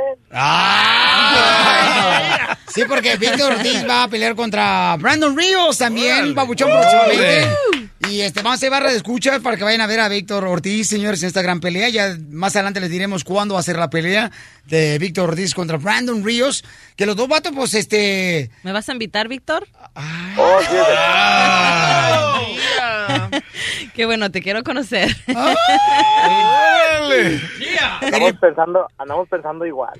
Sí, porque Víctor Ortiz va a pelear contra Brandon Ríos también, papuchón, próximamente. Y vamos a llevar de escucha para que vayan a ver a Víctor Ortiz, señores, en esta gran pelea. Ya más adelante les diremos cuándo va a ser la pelea de Víctor Ortiz contra Brandon Ríos. Que los dos vatos, pues,
¿Me vas a invitar, Víctor?
Oh, sí.
Qué bueno, te quiero conocer.
Andamos pensando igual.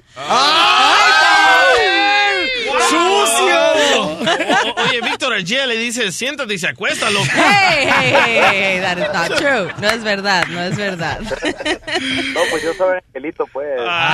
¡Sucio! Oye, Víctor, el G le dice, siéntate y se acuesta, loco.
Hey, that is not true. No es verdad.
No, pues yo soy angelito, pues.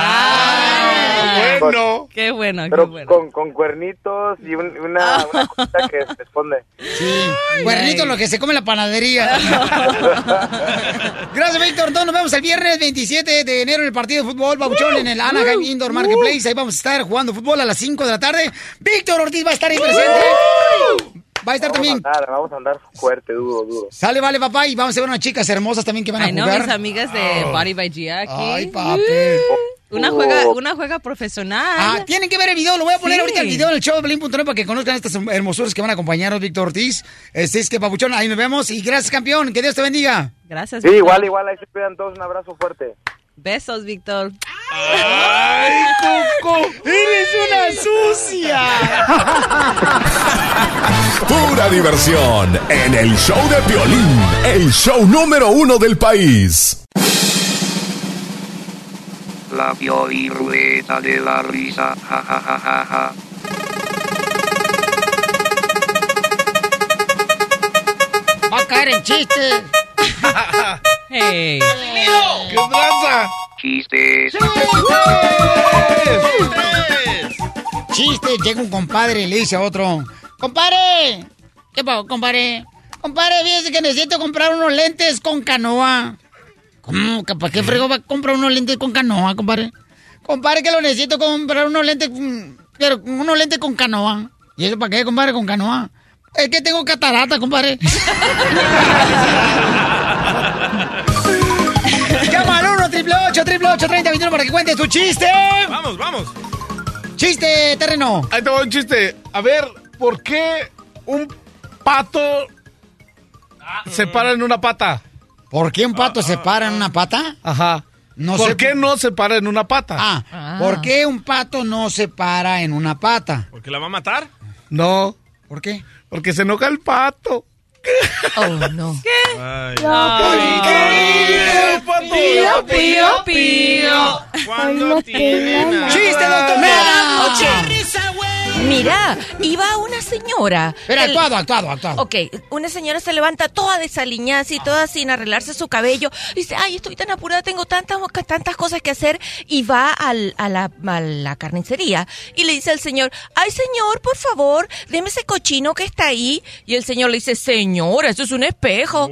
Bueno.
Qué bueno,
pero
qué bueno.
Con cuernitos y una cosita que se esconde.
Sí, cuernito lo que se come en la panadería. Gracias, Víctor. Entonces nos vemos el viernes 27 de enero en el partido de fútbol Babuchón en el Anaheim Indoor Marketplace. Ahí vamos a estar jugando fútbol a las 5 de la tarde. Víctor Ortiz va a estar ahí presente. Va a estar también.
Vamos a andar fuerte, duro.
Sale, vale, papá. Y vamos a ver unas chicas hermosas también que van a jugar.
Ay, no, mis amigas de Body by Gia aquí.
Ay, papi.
Una juega profesional.
Tienen que ver el video. Lo voy a poner ahorita el video en el show de Pelín.net para que conozcan estas hermosuras que van a acompañarnos, Víctor Ortiz. Es que, papuchón, ahí nos vemos. Y gracias, campeón. Que Dios te bendiga.
Gracias,
sí, Víctor. Igual. Ahí se cuidan todos. Un abrazo fuerte.
Besos, Víctor.
¡Ay, Coco!
¡Eres una sucia!
Pura diversión en el show de Piolín, el show número 1 del país.
La Piolín Ruleta de la risa, ja, ja, ja, ja, ja.
Va a caer en chiste.
Hey.
¡Qué tranza!
Chistes.
Chiste. Llega un compadre y le dice a otro: ¡compadre! ¿Qué pasó, compadre? Compadre, fíjese que necesito comprar unos lentes con canoa. ¿Cómo? ¿Para qué frego va a comprar unos lentes con canoa, compadre? Compadre, que lo necesito comprar unos lentes con canoa. ¿Y eso para qué, compadre, con canoa? Es que tengo catarata, compadre. Llama al 1-888-888-3021 para que cuentes tu chiste.
Vamos.
Chiste, terreno.
Ahí te voy un chiste. A ver, ¿por qué un pato se para en una pata?
¿Por qué un pato se para en una pata?
Ajá. ¿Por qué no se para en una pata?
¿Por qué un pato no se para en una pata?
¿Porque la va a matar?
No.
¿Por qué?
Porque se enoja el pato.
Oh, no. ¿Qué?
Ay.
Pío.
¿Cuándo tiene
¡Chiste, doctor Mera!
Mira, iba una señora.
Pero actuado.
Ok, una señora se levanta toda desaliñada, así, toda sin arreglarse su cabello. Dice, ay, estoy tan apurada, tengo tantas cosas que hacer. Y va a la carnicería y le dice al señor, ay, señor, por favor, deme ese cochino que está ahí. Y el señor le dice, señora, eso es un espejo.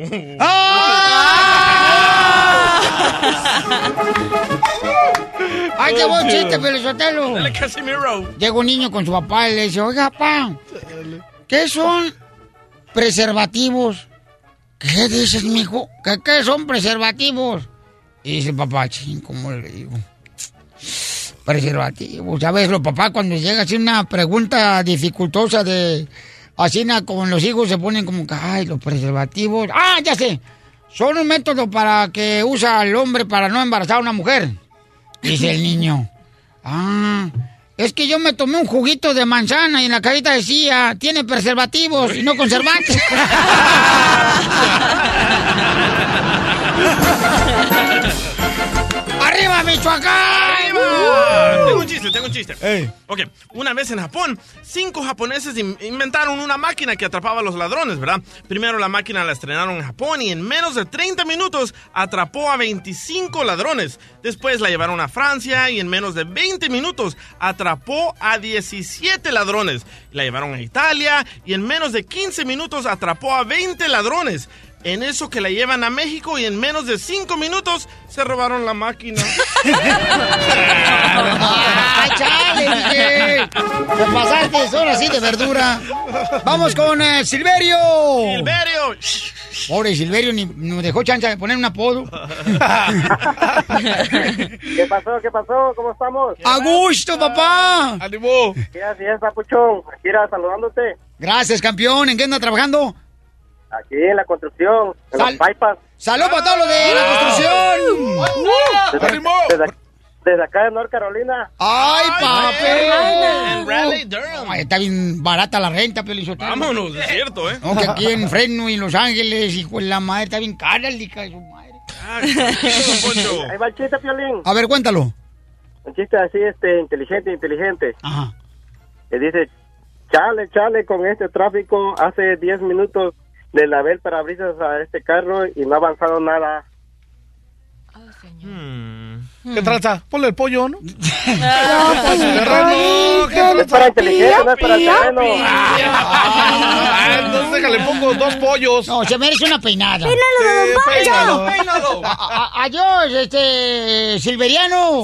¡Ay, qué buen chiste, Pelizotelo!
Dale, Casimiro.
Llega un niño con su papá y le dice, oiga, papá, ¿qué son preservativos? ¿Qué dices, mijo? ¿Qué son preservativos? Y dice, papá, ¿cómo le digo? Preservativos. Ya ves, papá, cuando llega así una pregunta dificultosa de... Así con los hijos se ponen como que, ay, los preservativos... ¡Ah, ya sé! Son un método para que usa el hombre para no embarazar a una mujer. Dice el niño. Es que yo me tomé un juguito de manzana y en la carita decía, tiene preservativos y no conservantes. ¡Arriba, Michoacán!
Tengo un chiste. Ok, una vez en Japón, 5 japoneses inventaron una máquina que atrapaba a los ladrones, ¿verdad? Primero la máquina la estrenaron en Japón y en menos de 30 minutos atrapó a 25 ladrones. Después la llevaron a Francia y en menos de 20 minutos atrapó a 17 ladrones. La llevaron a Italia y en menos de 15 minutos atrapó a 20 ladrones. En eso que la llevan a México y en menos de 5 minutos se robaron la máquina.
¡Ay, chale, dije! Te pasaste, son así de verdura. Vamos con Silverio.
¡Silverio!
Pobre Silverio, ni nos dejó chance de poner un apodo.
¿Qué pasó? ¿Cómo estamos?
¡A gusto, papá!
¡Ánimo!
Gracias, papuchón. Aquí saludándote.
Gracias, campeón. ¿En qué anda trabajando?
Aquí en la construcción, en las pipas.
¡Salud para todos los de la construcción!
Desde acá de North Carolina.
¡Ay, papi!
En Raleigh, Durham.
Está bien barata la renta, Pelizotelo.
Vámonos, es cierto, ¿eh?
No, que aquí en Fresno y en Los Ángeles, hijo de la madre, está bien cara el hija de su madre.
Ahí va el chiste, Piolín.
A ver, cuéntalo.
Un chiste así, inteligente.
Ajá.
Que dice, chale, con este tráfico, hace 10 minutos le lavé el parabrisas a este carro y no ha avanzado nada.
¿Qué trata? Ponle el pollo, ¿no?
Es para inteligente, no es para terreno.
Entonces déjale, pongo 2 pollos.
No, se merece una peinada.
Peínalo.
Adiós, Silveriano.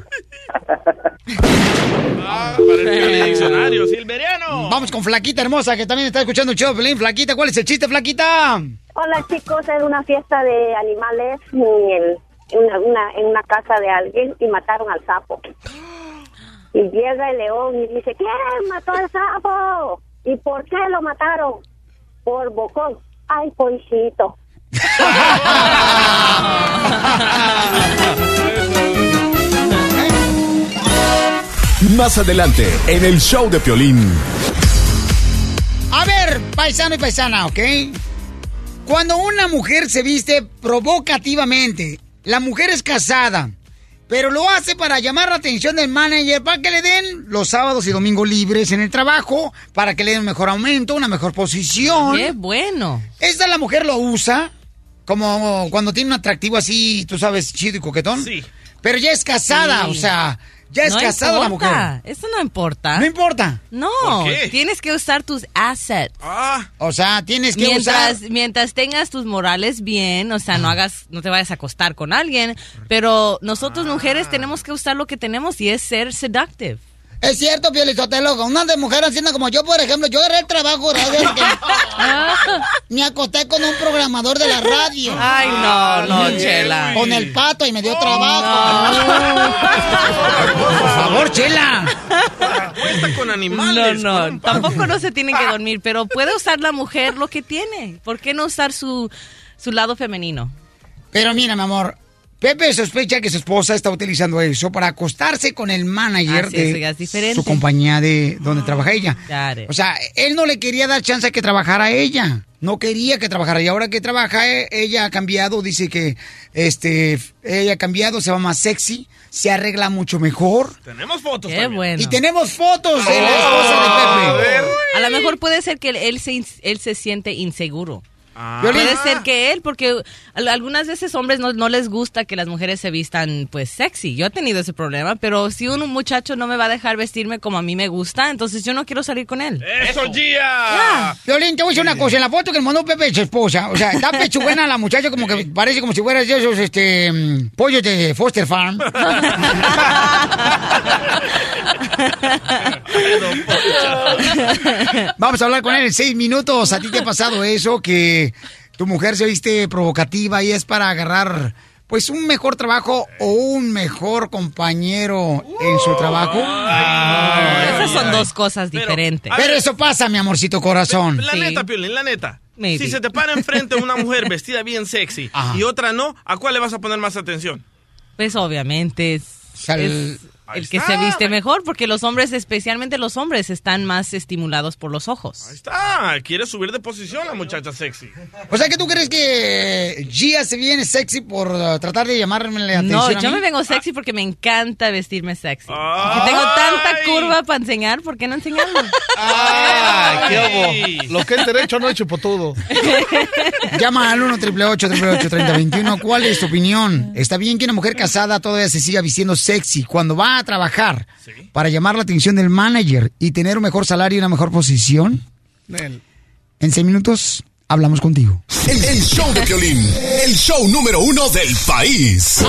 Parece el diccionario, Silveriano.
Vamos con Flaquita hermosa, que también está escuchando el show, Pelín. Flaquita, ¿cuál es el chiste, Flaquita?
Hola, chicos, es una fiesta de animales en una casa de alguien y mataron al sapo. Y llega el león y dice, ¿quién mató al sapo? ¿Y por qué lo mataron? Por bocón. Ay, pollito.
Más adelante, en el show de Piolín.
A ver, paisano y paisana, ¿ok? Cuando una mujer se viste provocativamente, la mujer es casada, pero lo hace para llamar la atención del manager para que le den los sábados y domingos libres en el trabajo, para que le den un mejor aumento, una mejor posición.
¡Qué bueno!
Esta la mujer lo usa como cuando tiene un atractivo así, tú sabes, chido y coquetón.
Sí.
Pero ya es casada,
Sí.
o sea, ya es casada la mujer.
Eso no importa.
No importa.
No,
¿Por qué?
tienes que usar tus assets.
O sea, tienes que usar...
Mientras tengas tus morales bien, o sea, no te vayas a acostar con alguien, pero nosotros mujeres tenemos que usar lo que tenemos y es ser seductive.
Es cierto, Piolizotelo, una de mujer haciendo como yo, por ejemplo, yo agarré el trabajo radio que me acosté con un programador de la radio.
Ay, no, Chela.
Con el Pato y me dio trabajo. Por favor, Chela.
Cuesta con animales.
No, tampoco no se tienen que dormir, pero puede usar la mujer lo que tiene. ¿Por qué no usar su lado femenino?
Pero mira, mi amor, Pepe sospecha que su esposa está utilizando eso para acostarse con el manager de su compañía de donde trabaja ella. O sea, él no le quería dar chance a que trabajara ella. No quería que trabajara. Y ahora que trabaja, ella ha cambiado. Dice que ella ha cambiado, se va más sexy, se arregla mucho mejor.
Tenemos fotos.
Qué bueno.
Y tenemos fotos de la esposa de Pepe.
A lo mejor puede ser que él se siente inseguro.
Violín.
Puede ser que él, porque algunas veces hombres no les gusta que las mujeres se vistan pues sexy. Yo he tenido ese problema, pero si un muchacho no me va a dejar vestirme como a mí me gusta, entonces yo no quiero salir con él.
¡Eso, Gia!
Violín, te voy a decir una cosa. En la foto que mandó Pepe de su esposa, o sea, está pechuguena la muchacha, como que parece como si fueras de esos pollos de Foster Farm. Vamos a hablar con él en 6 minutos. ¿A ti te ha pasado eso? Que tu mujer se viste provocativa y es para agarrar pues un mejor trabajo o un mejor compañero en su trabajo.
Esas son dos cosas diferentes.
Pero eso pasa, mi amorcito corazón.
La neta, Piolín, la neta. Si se te para enfrente una mujer vestida bien sexy y otra no, ¿a cuál le vas a poner más atención?
Pues obviamente es el que se viste mejor, porque los hombres, especialmente los hombres, están más estimulados por los ojos.
Ahí está, quiere subir de posición la muchacha sexy.
O sea, que tú crees que Gia se viene sexy por tratar de llamarme la atención.
No,
a
yo
mí?
me vengo sexy porque me encanta vestirme sexy. Que tengo tanta curva para enseñar, ¿por qué no enseñarlo?
¿Qué hago? Lo que es derecho no es chupotudo.
Llama al 1-888-888-3021. ¿Cuál es tu opinión? ¿Está bien que una mujer casada todavía se siga vistiendo sexy cuando va a trabajar para llamar la atención del manager y tener un mejor salario y una mejor posición? En 6 minutos hablamos contigo.
El show de Piolín, el show número 1 del país.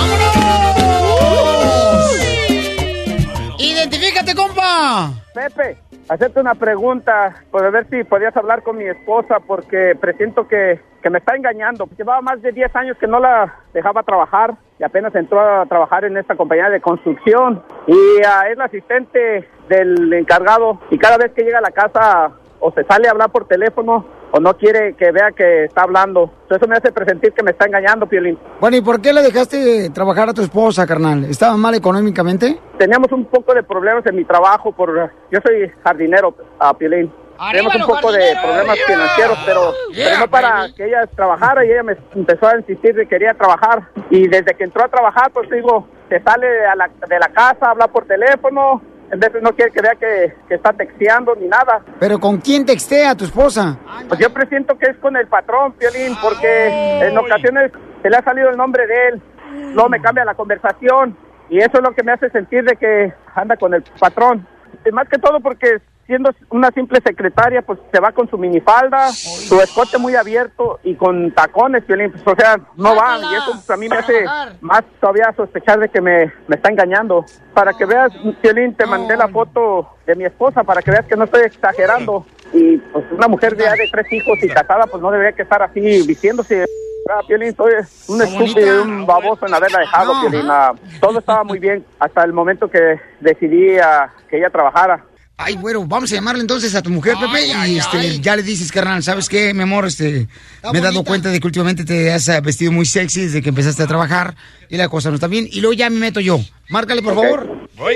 ¡Identifícate, compa!
Pepe, hacerte una pregunta, pues a ver si podías hablar con mi esposa, porque presiento que me está engañando. Llevaba más de 10 años que no la dejaba trabajar y apenas entró a trabajar en esta compañía de construcción y es la asistente del encargado y cada vez que llega a la casa o se sale a hablar por teléfono o no quiere que vea que está hablando. Eso me hace presentir que me está engañando, Piolín.
Bueno, ¿y por qué le dejaste trabajar a tu esposa, carnal? ¿Estaba mal económicamente?
Teníamos un poco de problemas en mi trabajo, yo soy jardinero, Piolín. Tenemos un poco de problemas financieros, pero no para que ella trabajara, y ella me empezó a insistir que quería trabajar. Y desde que entró a trabajar, pues digo, se sale de la casa, habla por teléfono, en vez de no quiere que vea que está texteando ni nada.
¿Pero con quién textea tu esposa?
Pues yo presiento que es con el patrón, Piolín, porque en ocasiones se le ha salido el nombre de él, luego me cambia la conversación, y eso es lo que me hace sentir de que anda con el patrón. Y más que todo porque siendo una simple secretaria, pues se va con su minifalda, su escote muy abierto y con tacones, Piolín, pues, o sea, no va, y eso pues, a mí me hace más todavía sospechar de que me está engañando. Para que veas, Piolín, te mandé la foto de mi esposa, para que veas que no estoy exagerando, y pues una mujer ya de 3 hijos y casada, pues no debería que estar así vistiéndose. Piolín, soy un estúpido y un baboso en haberla dejado, Piolín. Todo estaba muy bien hasta el momento que decidí que ella trabajara.
Ay, bueno, vamos a llamarle entonces a tu mujer, Pepe, y ya le dices, carnal, ¿sabes qué, mi amor? Me he dado cuenta de que últimamente te has vestido muy sexy desde que empezaste a trabajar y la cosa no está bien. Y luego ya me meto yo. Márcale, por favor.
Voy.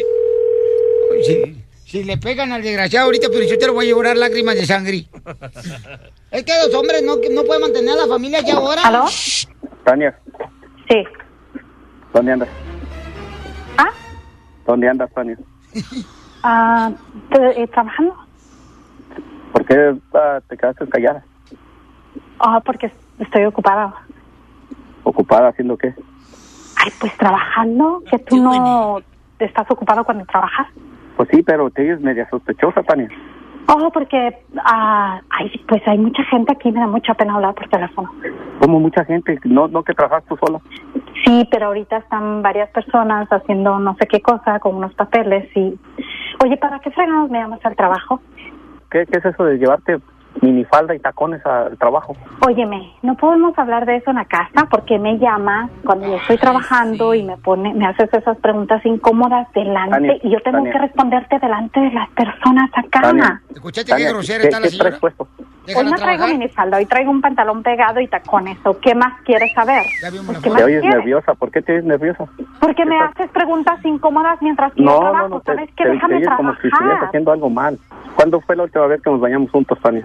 Si le pegan al desgraciado ahorita, pero yo te lo voy a llorar lágrimas de sangre. Es que los hombres no pueden mantener a la familia ya ahora.
¿Aló? Tania.
Sí.
¿Dónde andas?
¿Ah?
¿Dónde andas, Tania?
¿Trabajando?
¿Por qué te quedaste callada?
Porque estoy ocupada.
¿Ocupada haciendo qué?
Ay, pues trabajando. Que tú no estás ocupado cuando trabajas.
Pues sí, pero te es media sospechosa, Tania.
Porque pues hay mucha gente aquí, me da mucha pena hablar por teléfono.
¿Cómo mucha gente? ¿No que trabajas tú sola?
Sí, pero ahorita están varias personas haciendo no sé qué cosa con unos papeles y... Oye, ¿para qué fregados me llamas al trabajo?
¿Qué es eso de llevarte minifalda y tacones al trabajo?
Óyeme, no podemos hablar de eso en la casa porque me llamas cuando yo estoy trabajando y me haces esas preguntas incómodas delante, Tania, y yo tengo que responderte delante de las personas acá.
Tania,
¿escuchaste qué grosera está la señora?
Hoy no traigo minifalda, hoy traigo un pantalón pegado y tacones. ¿O qué más quieres saber?
¿Te oyes nerviosa? ¿Por qué te oyes nerviosa?
Porque me haces preguntas incómodas mientras que yo trabajo.
No,
¿sabes qué? Déjame trabajar.
Como si estuvieras haciendo algo mal. ¿Cuándo fue la última vez que nos bañamos juntos, Tania?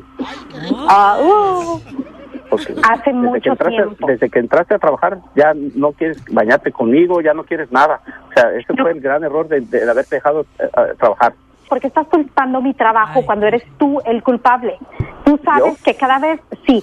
Hace mucho tiempo.
Desde que entraste a trabajar, ya no quieres bañarte conmigo, ya no quieres nada. O sea, ese fue el gran error de haberte dejado trabajar.
Porque estás culpando mi trabajo cuando eres tú el culpable. Tú sabes que cada vez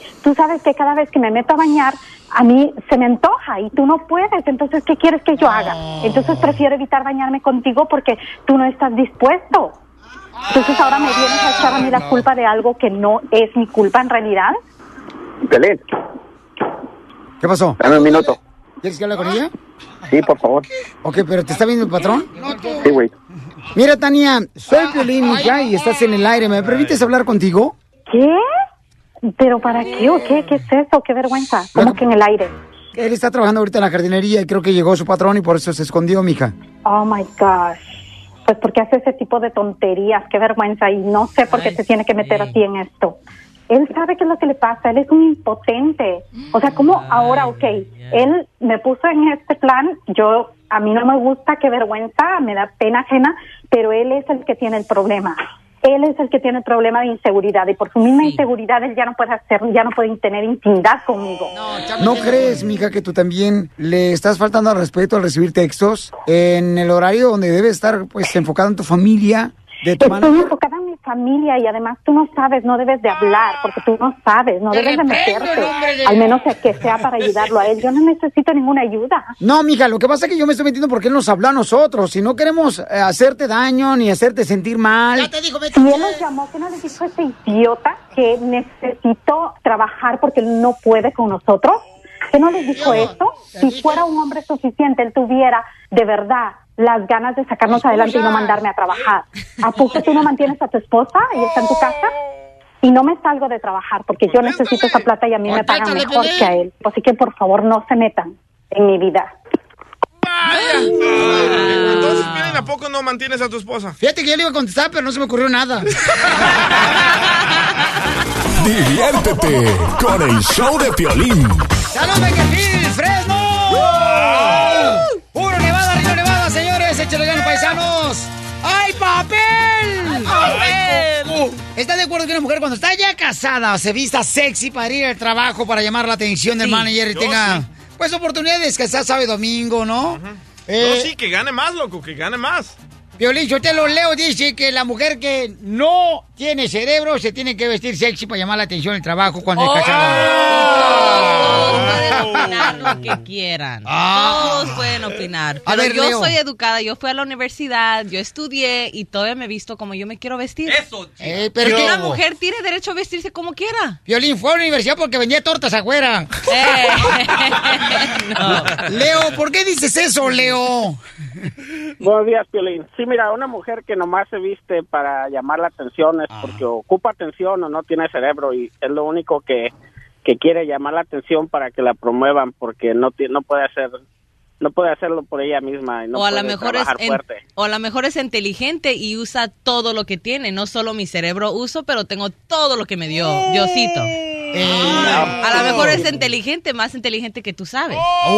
que me meto a bañar, a mí se me antoja y tú no puedes. Entonces, ¿qué quieres que yo haga? Entonces prefiero evitar bañarme contigo porque tú no estás dispuesto. Entonces ahora me vienes a echar a mí la culpa de algo que no es mi culpa en realidad.
Pelín.
¿Qué pasó?
Dame un minuto.
¿Quieres que hable con ella?
Sí, por favor.
Ok, pero ¿te está viendo el patrón?
Sí, güey.
Mira, Tania, soy Piolín, hija, y estás en el aire. ¿Me permites hablar contigo?
¿Qué? ¿Pero para qué o qué? ¿Qué es eso? ¡Qué vergüenza! ¿Cómo que en el aire?
Él está trabajando ahorita en la jardinería y creo que llegó su patrón y por eso se escondió, mija.
Oh, my gosh. Pues porque hace ese tipo de tonterías, qué vergüenza, y no sé por qué se tiene que meter así en esto. Él sabe qué es lo que le pasa, él es un impotente. O sea, ¿cómo ahora, él me puso en este plan, a mí no me gusta, qué vergüenza, me da pena ajena, pero él es el que tiene el problema. Él es el que tiene el problema de inseguridad y por su misma inseguridad él ya no puede tener intimidad conmigo.
¿No crees, mija, que tú también le estás faltando al respeto al recibir textos en el horario donde debes estar pues enfocado en tu familia? Estoy
enfocada en mi familia y además tú no sabes, no debes de hablar porque tú no sabes, no debes de meterte, al menos que sea para ayudarlo a él. Yo no necesito ninguna ayuda.
No, mija, lo que pasa es que yo me estoy metiendo porque él nos habló a nosotros. Si no queremos hacerte daño ni hacerte sentir mal.
Si él nos llamó, ¿qué no le dijo a ese idiota que necesito trabajar porque él no puede con nosotros? ¿Qué no les dijo eso? Si fuera un hombre suficiente, él tuviera de verdad las ganas de sacarnos adelante y no mandarme a trabajar. ¿A poco tú no mantienes a tu esposa y está en tu casa? Y no me salgo de trabajar porque yo necesito esa plata y a mí me pagan mejor que a él. Así que por favor no se metan en mi vida.
Entonces, ¿vienen a poco no mantienes a tu esposa?
Fíjate que yo le iba a contestar, pero no se me ocurrió nada.
Diviértete con el show de Piolín.
¡Salud, Bakersfield, Fresno! ¡Puro Nevada, Río Nevada, señores! ¡Échale ganas, paisanos! ¡Ay, papel! ¡Ay, papel! ¿Estás de acuerdo que una mujer cuando está ya casada se vista sexy para ir al trabajo, para llamar la atención del manager y tenga, pues, oportunidades que sea sábado y domingo, ¿no?
Sí, que gane más, loco, que gane más.
Piolín, yo te lo leo, dice que la mujer que no tiene cerebro se tiene que vestir sexy para llamar la atención en el trabajo cuando es casada.
Todos pueden opinar lo que quieran. Todos pueden opinar. Pero
ver,
yo
Leo.
soy educada, yo fui a la universidad, yo estudié y todavía me he visto como yo me quiero vestir.
Eso,
pero
una mujer tiene derecho a vestirse como quiera.
Piolín fue a la universidad porque vendía tortas afuera.
No.
Leo, ¿por qué dices eso, Leo?
Buenos días, Piolín. Sí, mira, una mujer que nomás se viste para llamar la atención es porque ocupa atención o no tiene cerebro y es lo único que quiere llamar la atención para que la promuevan porque no puede hacerlo por ella misma y no
o a
puede
lo mejor
trabajar fuerte.
o a lo mejor es inteligente y usa todo lo que tiene, no solo mi cerebro uso, pero tengo todo lo que me dio Diosito. A lo mejor es inteligente, más inteligente que tú sabes.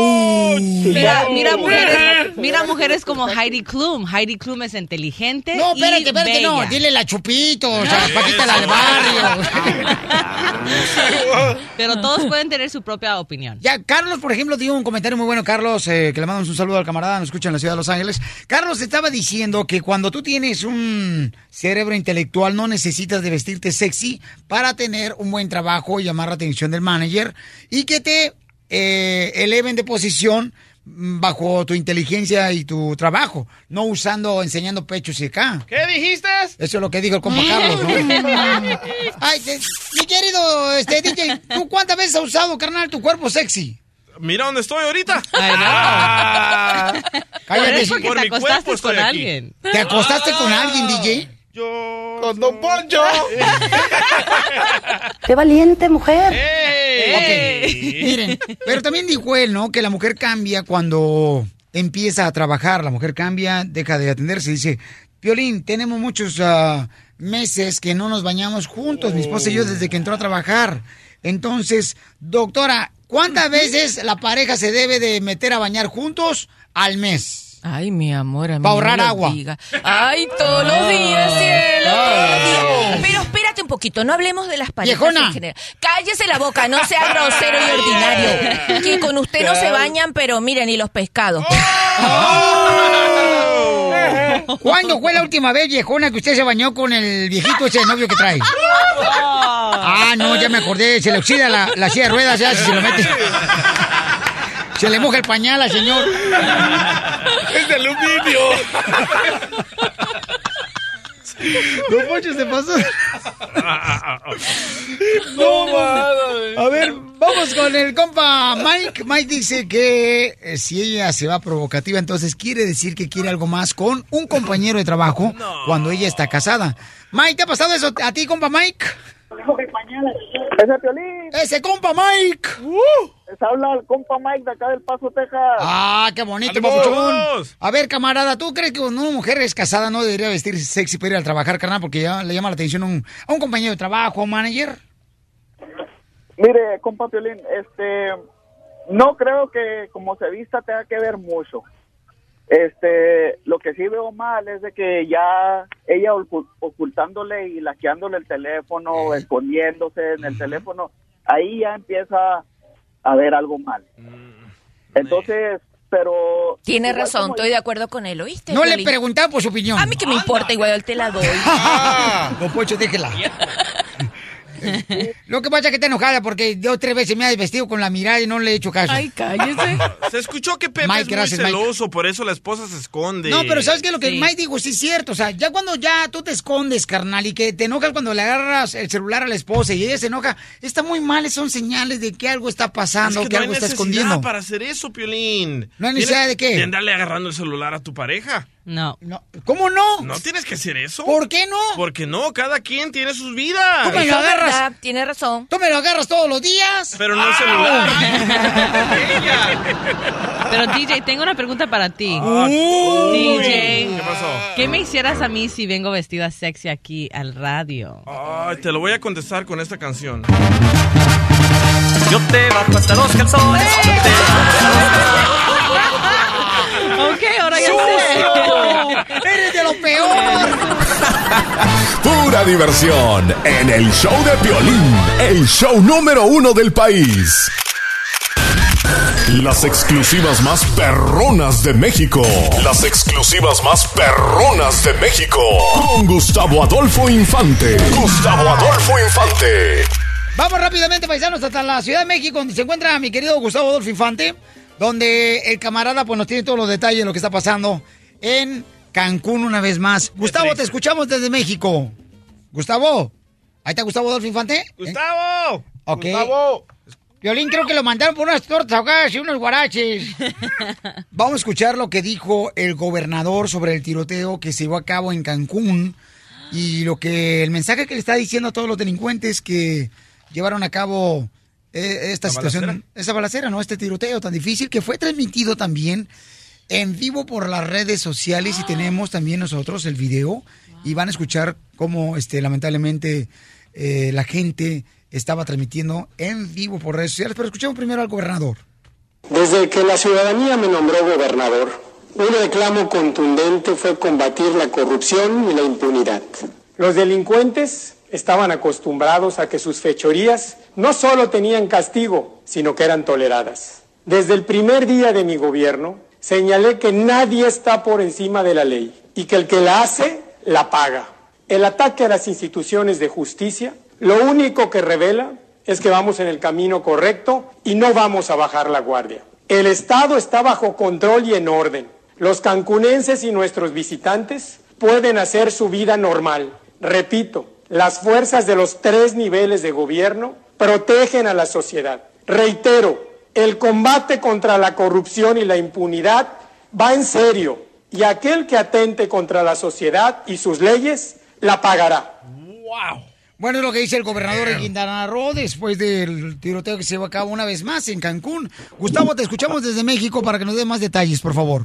Mira mujeres como Heidi Klum. Heidi Klum es inteligente.
No, espérate,
bella.
no. Dile la Chupito, o sea, Paquita la del barrio.
Pero todos pueden tener su propia opinión.
Ya, Carlos, por ejemplo, dio un comentario muy bueno, Carlos, que le mandamos un saludo al camarada, nos escucha en la ciudad de Los Ángeles. Carlos estaba diciendo que cuando tú tienes un cerebro intelectual no necesitas de vestirte sexy para tener un buen trabajo y llamar la atención del manager y que te eleven de posición bajo tu inteligencia y tu trabajo, no enseñando pechos y acá.
¿Qué dijiste?
Eso es lo que dijo el compa Carlos, ¿no? Ay, mi querido DJ, ¿tú cuántas veces has usado, carnal, tu cuerpo sexy?
Mira dónde estoy ahorita.
Cállate,
por mi cuerpo estoy
con
aquí.
alguien.
¿Te acostaste con alguien, DJ?
Con Don Poncho.
¡Qué valiente mujer!
Okay. Miren, pero también dijo él, ¿no? Que la mujer cambia cuando empieza a trabajar. La mujer cambia, deja de atenderse. Dice, Piolín, tenemos muchos meses que no nos bañamos juntos, mi esposa y yo, desde que entró a trabajar. Entonces, doctora, ¿cuántas veces la pareja se debe de meter a bañar juntos al mes?
Ay, mi amor, a mí
para ahorrar
no lo
agua.
diga. Ay, todos los días, cielo, todos los días. Pero espérate un poquito, no hablemos de las parejas
Viejona.
en general. Cállese la boca, no sea grosero y ordinario. Que con usted no se bañan, pero miren, ni los pescados.
¿Cuándo fue la última vez, viejona, que usted se bañó con el viejito ese novio que trae? No, ya me acordé, se le oxida la silla de ruedas ya si se lo mete. Se le moja el pañal al señor.
¡Es de aluminio!
Don Poncho se pasó.
No, madre.
A ver, vamos con el compa Mike. Mike dice que si ella se va provocativa, entonces quiere decir que quiere algo más con un compañero de trabajo cuando ella está casada. Mike, ¿te ha pasado eso a ti, compa Mike?
Ese Piolín.
¡Ese compa Mike!
Les habla el compa Mike de acá del Paso, Texas.
¡Qué bonito,
¡Ánimo!
papuchón! A ver, camarada, ¿tú crees que cuando una mujer es casada no debería vestirse sexy para ir a trabajar, carnal? Porque ya le llama la atención a un compañero de trabajo, manager.
Mire, compa Piolín, no creo que como se vista tenga que ver mucho. Lo que sí veo mal es de que ya ella ocultándole y laqueándole el teléfono, escondiéndose en el teléfono, ahí ya empieza a ver algo mal. Entonces, pero...
Tiene razón, estoy de acuerdo con él, ¿oíste?
No le
Piolín?
preguntaba por su opinión.
A mí que me importa, igual te la doy.
Don Poncho, déjela. Lo que pasa es que está enojada porque 2 o 3 veces me ha vestido con la mirada y no le he hecho caso.
Ay, cállese.
Se escuchó que Pepe
Mike,
es muy
gracias, Mike.
celoso, por eso la esposa se esconde.
No, pero ¿sabes qué? Lo que
Sí.
Mike dijo sí es cierto. O sea, ya cuando ya tú te escondes, carnal, y que te enojas cuando le agarras el celular a la esposa y ella se enoja, está muy mal, son señales de que algo está pasando,
Es
que
no
algo
hay
está
necesidad
escondiendo.
para hacer eso, Piolín.
¿No hay necesidad de qué?
De andarle agarrando el celular a tu pareja.
No.
¿Cómo no?
No tienes que hacer eso.
¿Por qué no?
Porque no, cada quien tiene sus vidas.
Tú me lo agarras.
Tiene razón.
Tú me lo agarras todos los días.
Pero no el celular.
Pero DJ, tengo una pregunta para ti.
DJ, ¿qué pasó?
¿Qué me hicieras a mí si vengo vestida sexy aquí al radio?
Ay, te lo voy a contestar con esta canción.
Yo te bajo hasta los calzones.
Ok, ahora ya sé.
¡Eres de lo peor!
Pura diversión en el show de Piolín, el show número 1 del país. Las exclusivas más perronas de México. Las exclusivas más perronas de México. Con Gustavo Adolfo Infante. Gustavo Adolfo Infante.
Vamos rápidamente, paisanos, hasta la Ciudad de México, donde se encuentra mi querido Gustavo Adolfo Infante, donde el camarada pues nos tiene todos los detalles de lo que está pasando en Cancún una vez más. Gustavo, te escuchamos desde México. Gustavo, ¿ahí está Gustavo Adolfo Infante?
¡Gustavo!
Ok.
¡Gustavo!
Violín, creo que lo mandaron por unas tortas ahogadas y unos guaraches. Vamos a escuchar lo que dijo el gobernador sobre el tiroteo que se llevó a cabo en Cancún y el mensaje que le está diciendo a todos los delincuentes que llevaron a cabo esta situación, balacera. Esa balacera, ¿no? Este tiroteo tan difícil que fue transmitido también en vivo por las redes sociales y tenemos también nosotros el video y van a escuchar cómo lamentablemente la gente estaba transmitiendo en vivo por redes sociales, pero escuchemos primero al gobernador.
Desde que la ciudadanía me nombró gobernador, un reclamo contundente fue combatir la corrupción y la impunidad. Los delincuentes estaban acostumbrados a que sus fechorías no solo tenían castigo, sino que eran toleradas. Desde el primer día de mi gobierno, señalé que nadie está por encima de la ley y que el que la hace, la paga. El ataque a las instituciones de justicia, lo único que revela es que vamos en el camino correcto y no vamos a bajar la guardia. El Estado está bajo control y en orden. Los cancunenses y nuestros visitantes pueden hacer su vida normal. Repito, las fuerzas de los 3 niveles de gobierno protegen a la sociedad. Reitero, el combate contra la corrupción y la impunidad va en serio y aquel que atente contra la sociedad y sus leyes la pagará.
¡Wow! Bueno, es lo que dice el gobernador de Quintana Roo después del tiroteo que se llevó a cabo una vez más en Cancún. Gustavo, te escuchamos desde México para que nos dé más detalles, por favor.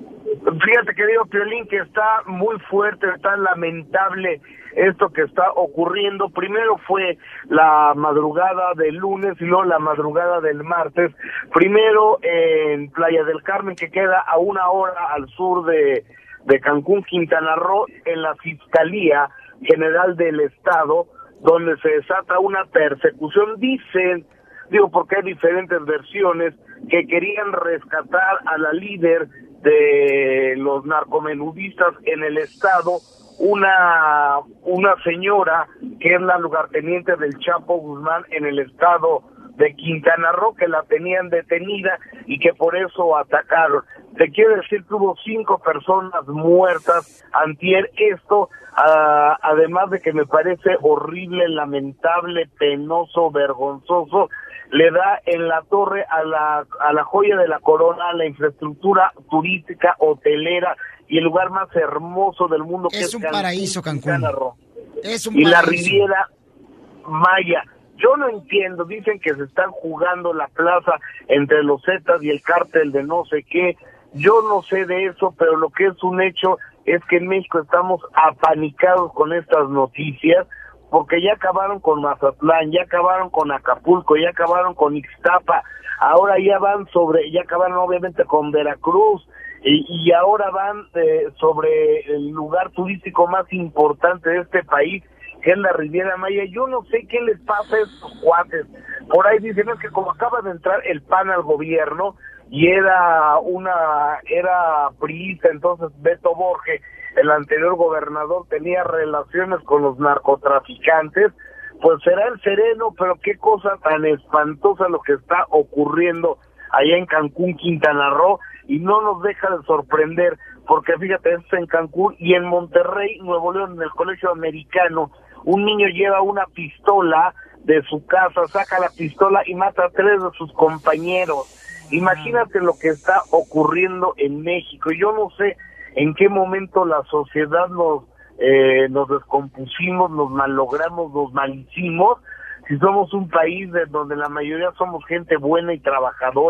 Fíjate, querido Piolín, que está muy fuerte, está lamentable esto que está ocurriendo. Primero fue la madrugada del lunes y luego la madrugada del martes. Primero en Playa del Carmen, que queda a 1 hora al sur de Cancún, Quintana Roo, en la Fiscalía General del Estado, donde se desata una persecución. Dicen, porque hay diferentes versiones, que querían rescatar a la líder de los narcomenudistas en el estado, una señora que es la lugarteniente del Chapo Guzmán en el estado de Quintana Roo, que la tenían detenida y que por eso atacaron. Te quiero decir que hubo 5 personas muertas antier. Esto, además de que me parece horrible, lamentable, penoso, vergonzoso, le da en la torre a la joya de la corona, a la infraestructura turística, hotelera y el lugar más hermoso del mundo, que es un Cancún,
paraíso, Cancún.
Es un paraíso. La Riviera Maya. Yo no entiendo, dicen que se están jugando la plaza entre los Zetas y el cártel de no sé qué. Yo no sé de eso, pero lo que es un hecho es que en México estamos apanicados con estas noticias, porque ya acabaron con Mazatlán, ya acabaron con Acapulco, ya acabaron con Ixtapa, ahora ya acabaron obviamente con Veracruz, y ahora van sobre el lugar turístico más importante de este país, que es la Riviera Maya. Yo no sé qué les pasa a estos cuates. Por ahí dicen, es que como acaba de entrar el PAN al gobierno, y era priista, entonces Beto Borge, el anterior gobernador, tenía relaciones con los narcotraficantes, pues será el sereno, pero qué cosa tan espantosa lo que está ocurriendo allá en Cancún, Quintana Roo, y no nos deja de sorprender, porque fíjate, es en Cancún y en Monterrey, Nuevo León, en el Colegio Americano, un niño lleva una pistola de su casa, saca la pistola y mata a 3 de sus compañeros. Imagínate lo que está ocurriendo en México. Yo no sé en qué momento la sociedad nos descompusimos, nos malogramos, nos malhicimos, si somos un país donde la mayoría somos gente buena y trabajadora.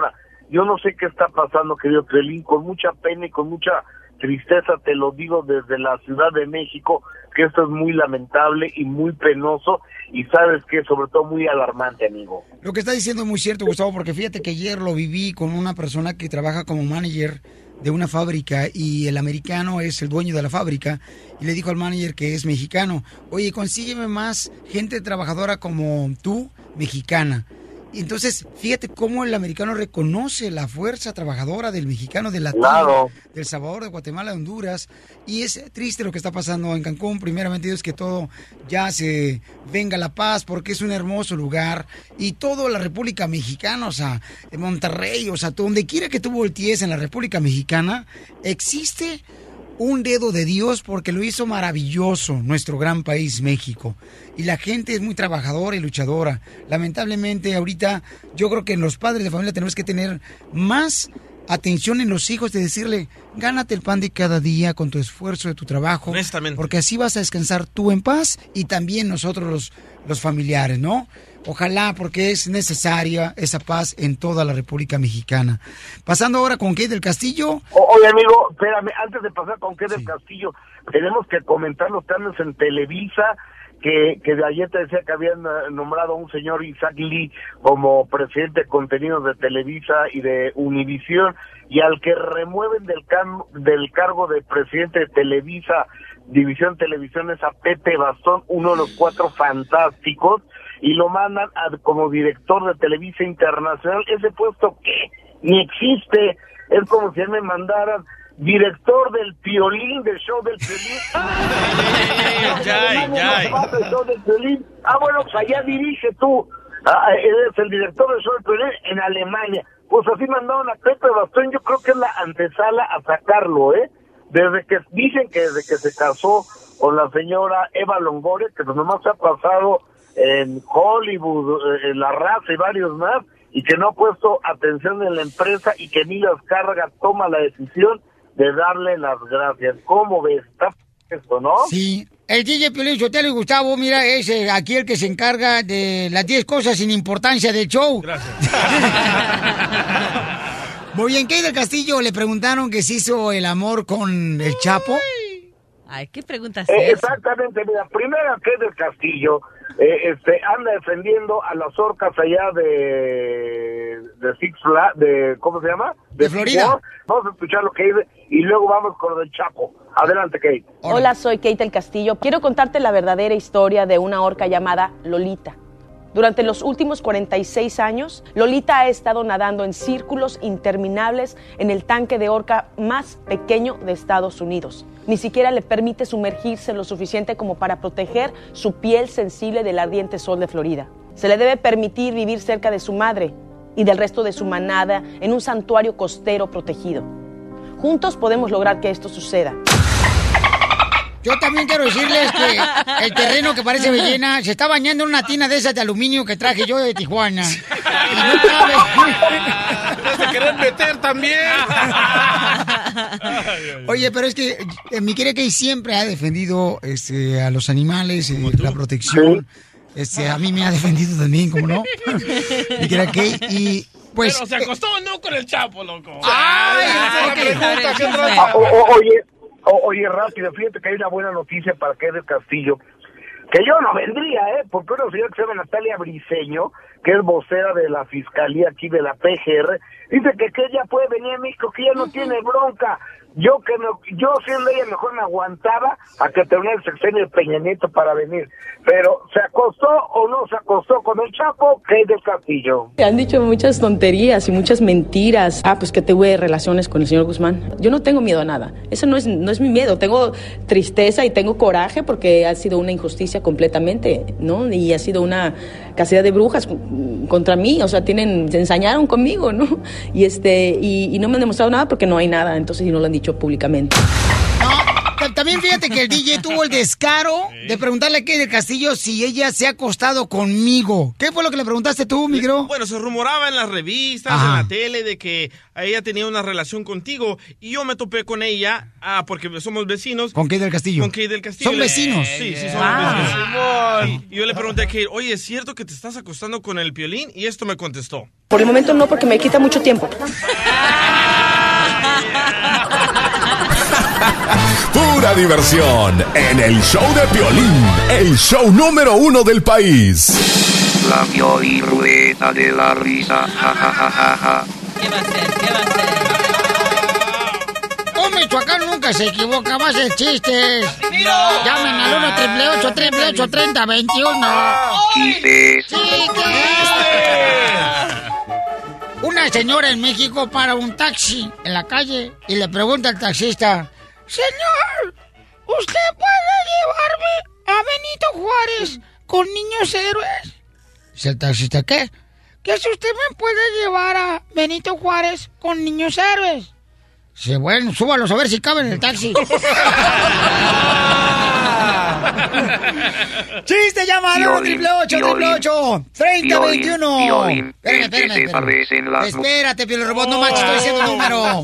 Yo no sé qué está pasando, querido Piolín, con mucha pena y con mucha tristeza te lo digo desde la Ciudad de México, que esto es muy lamentable y muy penoso, y sabes que sobre todo muy alarmante, amigo.
Lo que está diciendo es muy cierto, Gustavo, porque fíjate que ayer lo viví con una persona que trabaja como manager de una fábrica, y el americano es el dueño de la fábrica, y le dijo al manager, que es mexicano, oye, consígueme más gente trabajadora como tú, mexicana. Y entonces, fíjate cómo el americano reconoce la fuerza trabajadora del mexicano, del latino, claro, del Salvador, de Guatemala, de Honduras. Y es triste lo que está pasando en Cancún. Primeramente, Dios, que todo ya se venga la paz, porque es un hermoso lugar. Y toda la República Mexicana, o sea, en Monterrey, o sea, donde quiera que tú voltees en la República Mexicana, existe un dedo de Dios, porque lo hizo maravilloso nuestro gran país, México. Y la gente es muy trabajadora y luchadora. Lamentablemente, ahorita, yo creo que los padres de familia tenemos que tener más atención en los hijos, de decirle, gánate el pan de cada día con tu esfuerzo de tu trabajo. Honestamente. Porque así vas a descansar tú en paz, y también nosotros los familiares, ¿no? Ojalá, porque es necesaria esa paz en toda la República Mexicana. Pasando ahora con Kate del Castillo.
Oye, amigo, espérame, antes de pasar con Kate del Castillo, tenemos que comentar los cambios en Televisa, que de ayer te decía que habían nombrado a un señor Isaac Lee como presidente de contenidos de Televisa y de Univisión, y al que remueven del cargo de presidente de Televisa, División Televisión, es a Pepe Bastón, uno de los 4 fantásticos, y lo mandan como director de Televisa Internacional. Ese puesto que ni existe, es como si él me mandaran director del Piolín, del show del Piolín. Bueno, pues allá dirige tú. Eres el director del show del Piolín en Alemania. Pues así mandaron a Pepe Bastón. Yo creo que es la antesala a sacarlo, desde que se casó con la señora Eva Longoria, que pues nomás se ha pasado en Hollywood, en La Raza y varios más, y que no ha puesto atención en la empresa, y que Emilio Azcárraga toma la decisión de darle las gracias. ¿Cómo ves? ¿Está esto, no?
Sí. El DJ Piolín Sotelo y Gustavo, mira, es aquí el que se encarga de las 10 cosas sin importancia del show. Gracias. Muy bien, Kate del Castillo, le preguntaron que se hizo el amor con el Chapo.
Ay, ¿qué preguntas es?
Exactamente, mira, primero Kate del Castillo anda defendiendo a las orcas allá de Six Flags, ¿cómo se llama?
De Florida.
Vamos a escuchar lo que dice y luego vamos con el Chapo. Adelante, Kate.
Hola, soy Kate del Castillo. Quiero contarte la verdadera historia de una orca llamada Lolita. Durante los últimos 46 años, Lolita ha estado nadando en círculos interminables en el tanque de orca más pequeño de Estados Unidos. Ni siquiera le permite sumergirse lo suficiente como para proteger su piel sensible del ardiente sol de Florida. Se le debe permitir vivir cerca de su madre y del resto de su manada en un santuario costero protegido. Juntos podemos lograr que esto suceda.
Yo también quiero decirles que el terreno que parece ballena se está bañando en una tina de esas de aluminio que traje yo de Tijuana. Y no cabe.
¿Se quieren meter también?
Oye, pero es que mi querida Kay siempre ha defendido a los animales, la protección. A mí me ha defendido también, ¿cómo no? Mi querida Kay, y pues...
Pero se acostó no con el Chapo, loco.
Oye, rápido, fíjate que hay una buena noticia para Kate del Castillo, que yo no vendría, porque una señora que se llama Natalia Briceño, que es vocera de la Fiscalía aquí de la PGR, dice que ella puede venir a México, que ella no tiene bronca. Yo siendo ella mejor me aguantaba a que terminara el sexenio de Peña Nieto para venir. Pero, ¿se acostó o no se acostó con el Chapo? Kate del Castillo.
Han dicho muchas tonterías y muchas mentiras. Pues que tuve relaciones con el señor Guzmán. Yo no tengo miedo a nada. Eso no es mi miedo. Tengo tristeza y tengo coraje porque ha sido una injusticia completamente, ¿no? Y ha sido una cacería de brujas contra mí. O sea, se ensañaron conmigo, ¿no? Y no me han demostrado nada porque no hay nada. Entonces, y no lo han dicho públicamente.
No, también fíjate que el DJ tuvo el descaro de preguntarle a Kay del Castillo si ella se ha acostado conmigo. ¿Qué fue lo que le preguntaste tú, migro?
Bueno, se rumoraba en las revistas, en la tele, de que ella tenía una relación contigo. Y yo me topé con ella, porque somos vecinos.
¿Con Kay del Castillo?
Con Kay del Castillo.
¿Son vecinos?
Sí, somos vecinos. Y yo le pregunté a Kay, oye, ¿es cierto que te estás acostando con el Piolín? Y esto me contestó.
Por el momento no, porque me quita mucho tiempo.
Pura diversión en el show de Piolín, el show número 1 del país.
La Piolín Ruleta de la Risa. Ja, ja, ja, ja, ja.
¿Qué va a hacer? ¿Qué va a hacer?
Un Michoacán nunca se equivoca, va a hacer chistes. No. Llamen al 1-888-830-21.
Chistes.
Una señora en México para un taxi en la calle y le pregunta al taxista: señor, ¿usted puede llevarme a Benito Juárez con niños héroes? Dice el taxista: ¿qué? Que si usted me puede llevar a Benito Juárez con niños héroes. Dice: bueno, súbalos a ver si caben en el taxi.
¡Chiste, llama al 1-888-830-21! Espérate, Piolín Robot, no manches, estoy diciendo el número.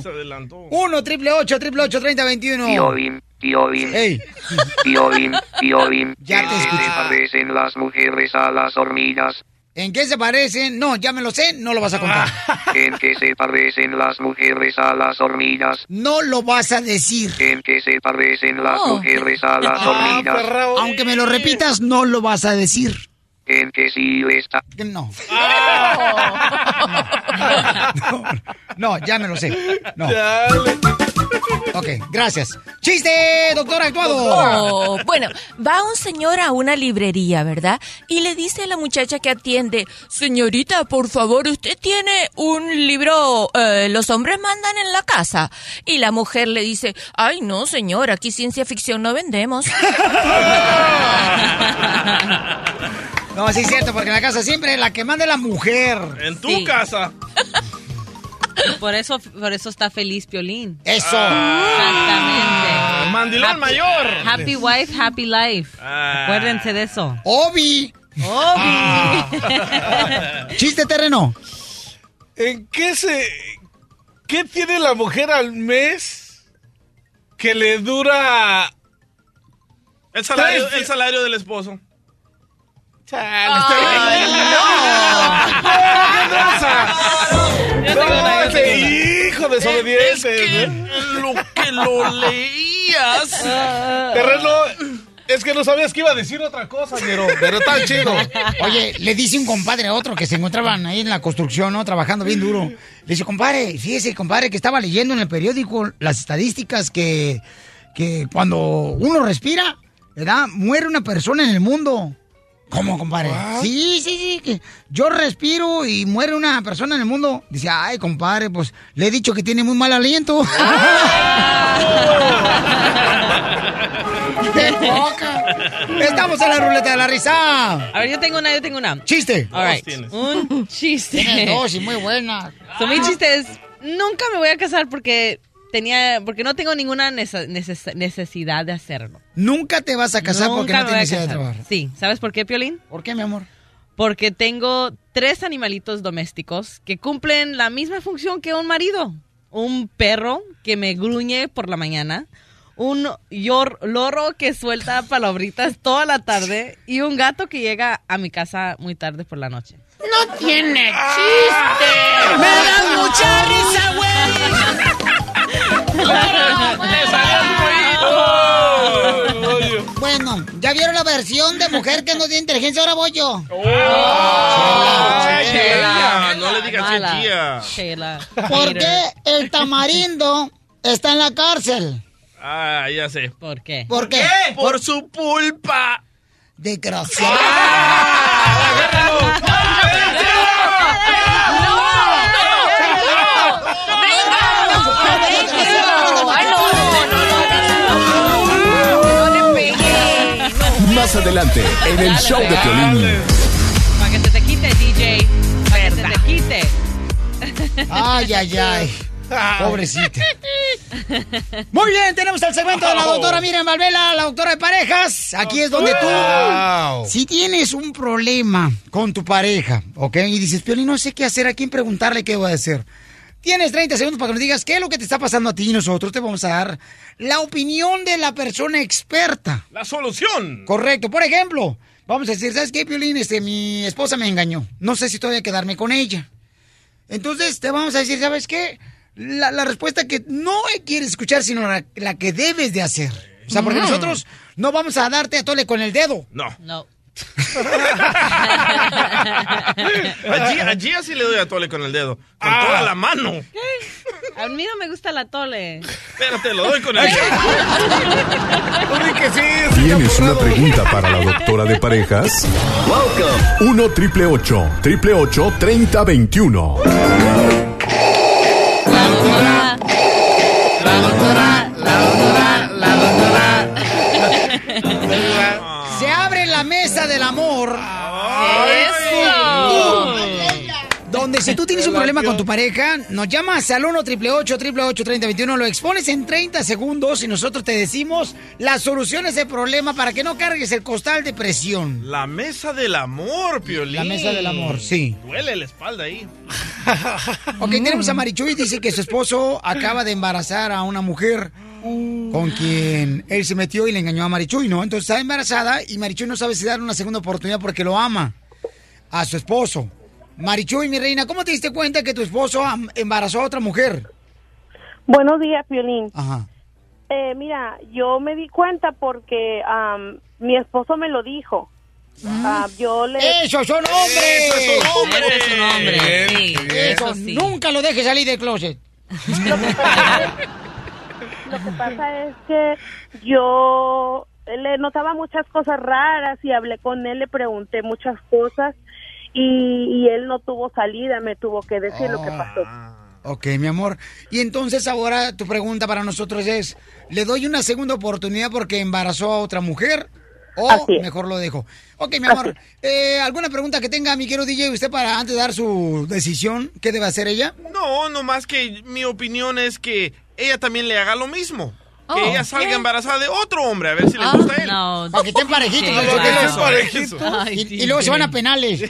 1-888-830-21.
Piolín.
Ey.
Piolín.
Ya te escuché.
¿Se parecen las mujeres a las hormigas?
¿En qué se parecen? No, ya me lo sé, no lo vas a contar.
¿En qué se parecen las mujeres a las hormigas?
No lo vas a decir.
¿En qué se parecen las mujeres a las hormigas?
Aunque me lo repitas, no lo vas a decir.
¿En qué sí está?
No. No, ya me lo sé. No. Ok, gracias. ¡Chiste, doctor actuado!
Oh, bueno, va un señor a una librería, ¿verdad? Y le dice a la muchacha que atiende: señorita, por favor, ¿usted tiene un libro Los hombres mandan en la casa? Y la mujer le dice: ay, no, señor, aquí ciencia ficción no vendemos.
No, sí es cierto, porque en la casa siempre la que manda es la mujer.
En tu casa.
Por eso está feliz Piolín.
¡Eso!
Exactamente.
Mandilón mayor.
Happy wife, happy life. Acuérdense de eso.
¡Obi! ¡Chiste, terreno!
¿En qué tiene la mujer al mes que le dura
el salario del esposo?
Hijo desobediente.
Es que lo leías.
Terreno, es que no sabías que iba a decir otra cosa, pero tan chido.
Oye, le dice un compadre a otro que se encontraban ahí en la construcción, ¿no? Trabajando bien duro. Le dice: compadre, fíjese, compadre, que estaba leyendo en el periódico las estadísticas que cuando uno respira, ¿verdad? Muere una persona en el mundo. ¿Cómo, compadre? ¿What? Sí, que yo respiro y muere una persona en el mundo. Dice: ay, compadre, pues le he dicho que tiene muy mal aliento. ¡Qué poca! Estamos en la ruleta de la risa.
A ver, yo tengo una.
¡Chiste!
All right. Un chiste.
Tienes dos y muy buenas.
Mi chiste es: nunca me voy a casar porque no tengo ninguna necesidad de hacerlo.
¿Nunca te vas a casar porque no tienes necesidad de trabajar?
Sí. ¿Sabes por qué, Piolín?
¿Por qué, mi amor?
Porque tengo 3 animalitos domésticos que cumplen la misma función que un marido. Un perro que me gruñe por la mañana, un loro que suelta palabritas toda la tarde y un gato que llega a mi casa muy tarde por la noche.
¡No tiene chiste!
¡Me das mucha risa, güey! Bueno, ¿ya vieron la versión de mujer que no tiene inteligencia? Ahora voy yo.
Chela. No le digas
Chela.
¿Por qué el tamarindo está en la cárcel?
Ah, ya sé.
¿Por qué?
¿Por qué?
Por su pulpa.
Desgraciado.
Más adelante, en el show de Piolín.
Para que se te quite, DJ. Para que se te quite.
Ay. Pobrecita. Muy bien, tenemos el segmento de la doctora Miriam Valvela, la doctora de parejas. Aquí es donde tú, si tienes un problema con tu pareja, ¿ok? Y dices, Piolín, no sé qué hacer, a quién preguntarle qué voy a hacer. Tienes 30 segundos para que nos digas qué es lo que te está pasando a ti y nosotros te vamos a dar la opinión de la persona experta.
La solución.
Correcto. Por ejemplo, vamos a decir, ¿sabes qué, Piolín? Mi esposa me engañó. No sé si todavía quedarme con ella. Entonces te vamos a decir, ¿sabes qué? La respuesta que no quieres escuchar, sino la que debes de hacer. O sea, porque nosotros no vamos a darte a tole con el dedo.
No. A Gia sí le doy a tole con el dedo. Con toda la mano.
¿Qué? A mí no me gusta la tole.
Pero te lo doy con el dedo.
¿Tienes una pregunta para la doctora de parejas? 1-888-888-3021.
Se abre la mesa del amor.
¡Eso!
Donde si tú tienes un problema con tu pareja, nos llamas al 1-888-888-3021, lo expones en 30 segundos y nosotros te decimos las soluciones del problema para que no cargues el costal de presión.
La mesa del amor, Piolín.
La mesa del amor, sí.
Duele la espalda ahí.
Ok, tenemos a Marichuy, dice que su esposo acaba de embarazar a una mujer con quien él se metió y le engañó a Marichuy, ¿no? Entonces está embarazada y Marichuy no sabe si dar una segunda oportunidad porque lo ama a su esposo. Marichuy, mi reina, ¿cómo te diste cuenta que tu esposo embarazó a otra mujer?
Buenos días, Piolín.
Ajá.
Mira, yo me di cuenta porque mi esposo me lo dijo. Yo le...
¡Eso son hombres!
¡Eso es un hombre! Sí,
eso sí. Nunca lo dejes salir del closet.
Lo que pasa es que yo le notaba muchas cosas raras y hablé con él, le pregunté muchas cosas y él no tuvo salida, me tuvo que decir lo que pasó.
Ok, mi amor. Y entonces ahora tu pregunta para nosotros es, ¿le doy una segunda oportunidad porque embarazó a otra mujer? ¿O mejor lo dejo? Ok, mi amor. ¿Alguna pregunta que tenga, mi querido DJ, usted para antes de dar su decisión? ¿Qué debe hacer ella?
No, nomás que mi opinión es que ella también le haga lo mismo. Que ella salga embarazada de otro hombre, a ver si le gusta a él.
No, para que estén parejitos. Y luego se van a penales.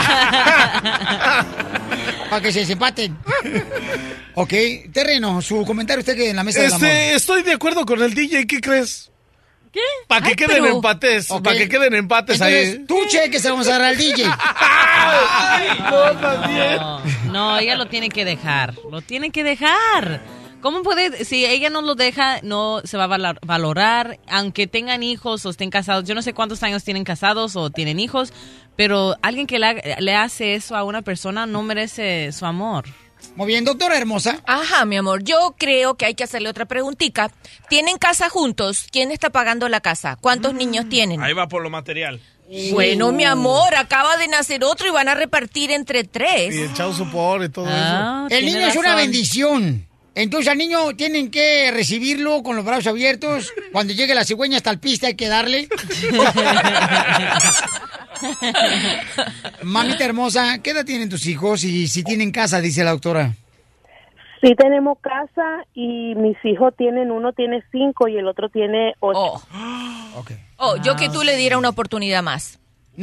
Para que se desempaten. Ok, Terreno, su comentario usted que en la mesa del amor.
Estoy de acuerdo con el DJ, ¿qué crees?
¿Qué?
Para que queden empates, para que queden empates.
Entonces,
ahí.
Tú cheque se vamos a dar al DJ.
No, ella lo tiene que dejar. Lo tiene que dejar. ¿Cómo puede? Si ella no lo deja, no se va a valorar, aunque tengan hijos o estén casados. Yo no sé cuántos años tienen casados o tienen hijos, pero alguien que le hace eso a una persona no merece su amor.
Muy bien, doctora hermosa.
Ajá, mi amor, yo creo que hay que hacerle otra preguntita. ¿Tienen casa juntos? ¿Quién está pagando la casa? ¿Cuántos niños tienen?
Ahí va por lo material.
Bueno, mi amor, acaba de nacer otro y van a repartir entre 3.
Y el child support y todo eso.
El niño es una bendición. Entonces al niño tienen que recibirlo con los brazos abiertos. Cuando llegue la cigüeña hasta el piste hay que darle. Mamita hermosa, ¿qué edad tienen tus hijos? Y si tienen casa, dice la doctora.
Sí tenemos casa y mis hijos uno tiene 5 y el otro tiene 8.
Yo que tú le diera una oportunidad más.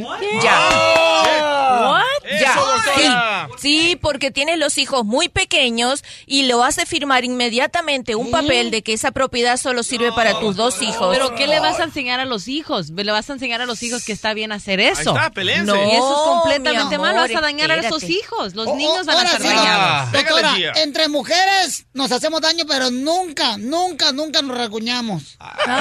¿What?
Sí, porque tienes los hijos muy pequeños y lo hace firmar inmediatamente un papel de que esa propiedad solo sirve para tus 2 hijos.
¿Pero qué le vas a enseñar a los hijos? ¿Le vas a enseñar a los hijos que está bien hacer eso?
Ahí está, pelense.
No, y eso es completamente
mi amor,
malo. Vas a dañar a esos hijos. Los niños van a estar
sí,
dañados.
Doctora, entre mujeres nos hacemos daño, pero nunca nos reguñamos.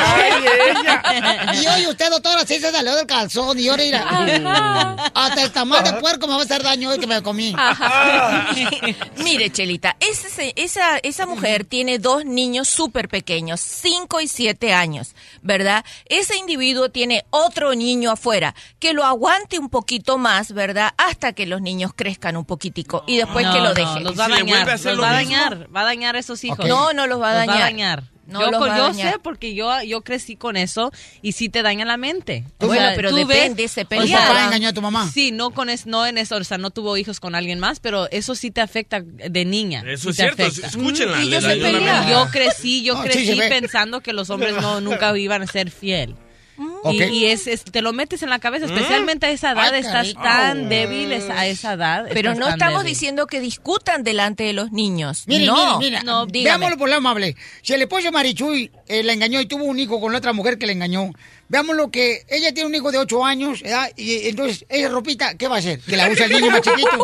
Y hoy usted, doctora, sí se salió del calzón y ahora irá. Hasta el tamal de puerco me va a hacer daño hoy que me comí.
Mire, Chelita, esa mujer tiene 2 niños súper pequeños, 5 y 7 años, ¿verdad? Ese individuo tiene otro niño afuera, que lo aguante un poquito más, ¿verdad? Hasta que los niños crezcan un poquitico y después que lo deje.
Los va a dañar, va a dañar a esos hijos.
Okay. No los va a dañar. No los va a
yo
dañar.
sé porque yo crecí con eso y sí te daña la mente.
Bueno, pero depende, se
¿Tu papá engañó a tu mamá?
Sí, no en eso, o sea, no tuvo hijos con alguien más, pero eso sí te afecta de niña.
Eso
sí
es
te
cierto,
afecta.
escúchenla.
Y yo,
le ayuda a la mente.
yo crecí
sí, se ve.
pensando que los hombres nunca iban a ser fiel.
Ok.
Y te lo metes en la cabeza, especialmente a esa edad,
Ay,
estás
cariño.
tan débil a esa edad.
Pero
estás
no
tan
estamos
débil.
diciendo que discutan delante de los niños.
Mire,
no,
mire,
no, dígame.
veámoslo por lo amable. Si el esposo de Marichuy la engañó y tuvo un hijo con la otra mujer que le engañó, veámoslo que ella tiene un hijo de 8 años, ¿verdad? Y entonces, esa ropita, ¿qué va a hacer? ¿Que la usa el niño más chiquito?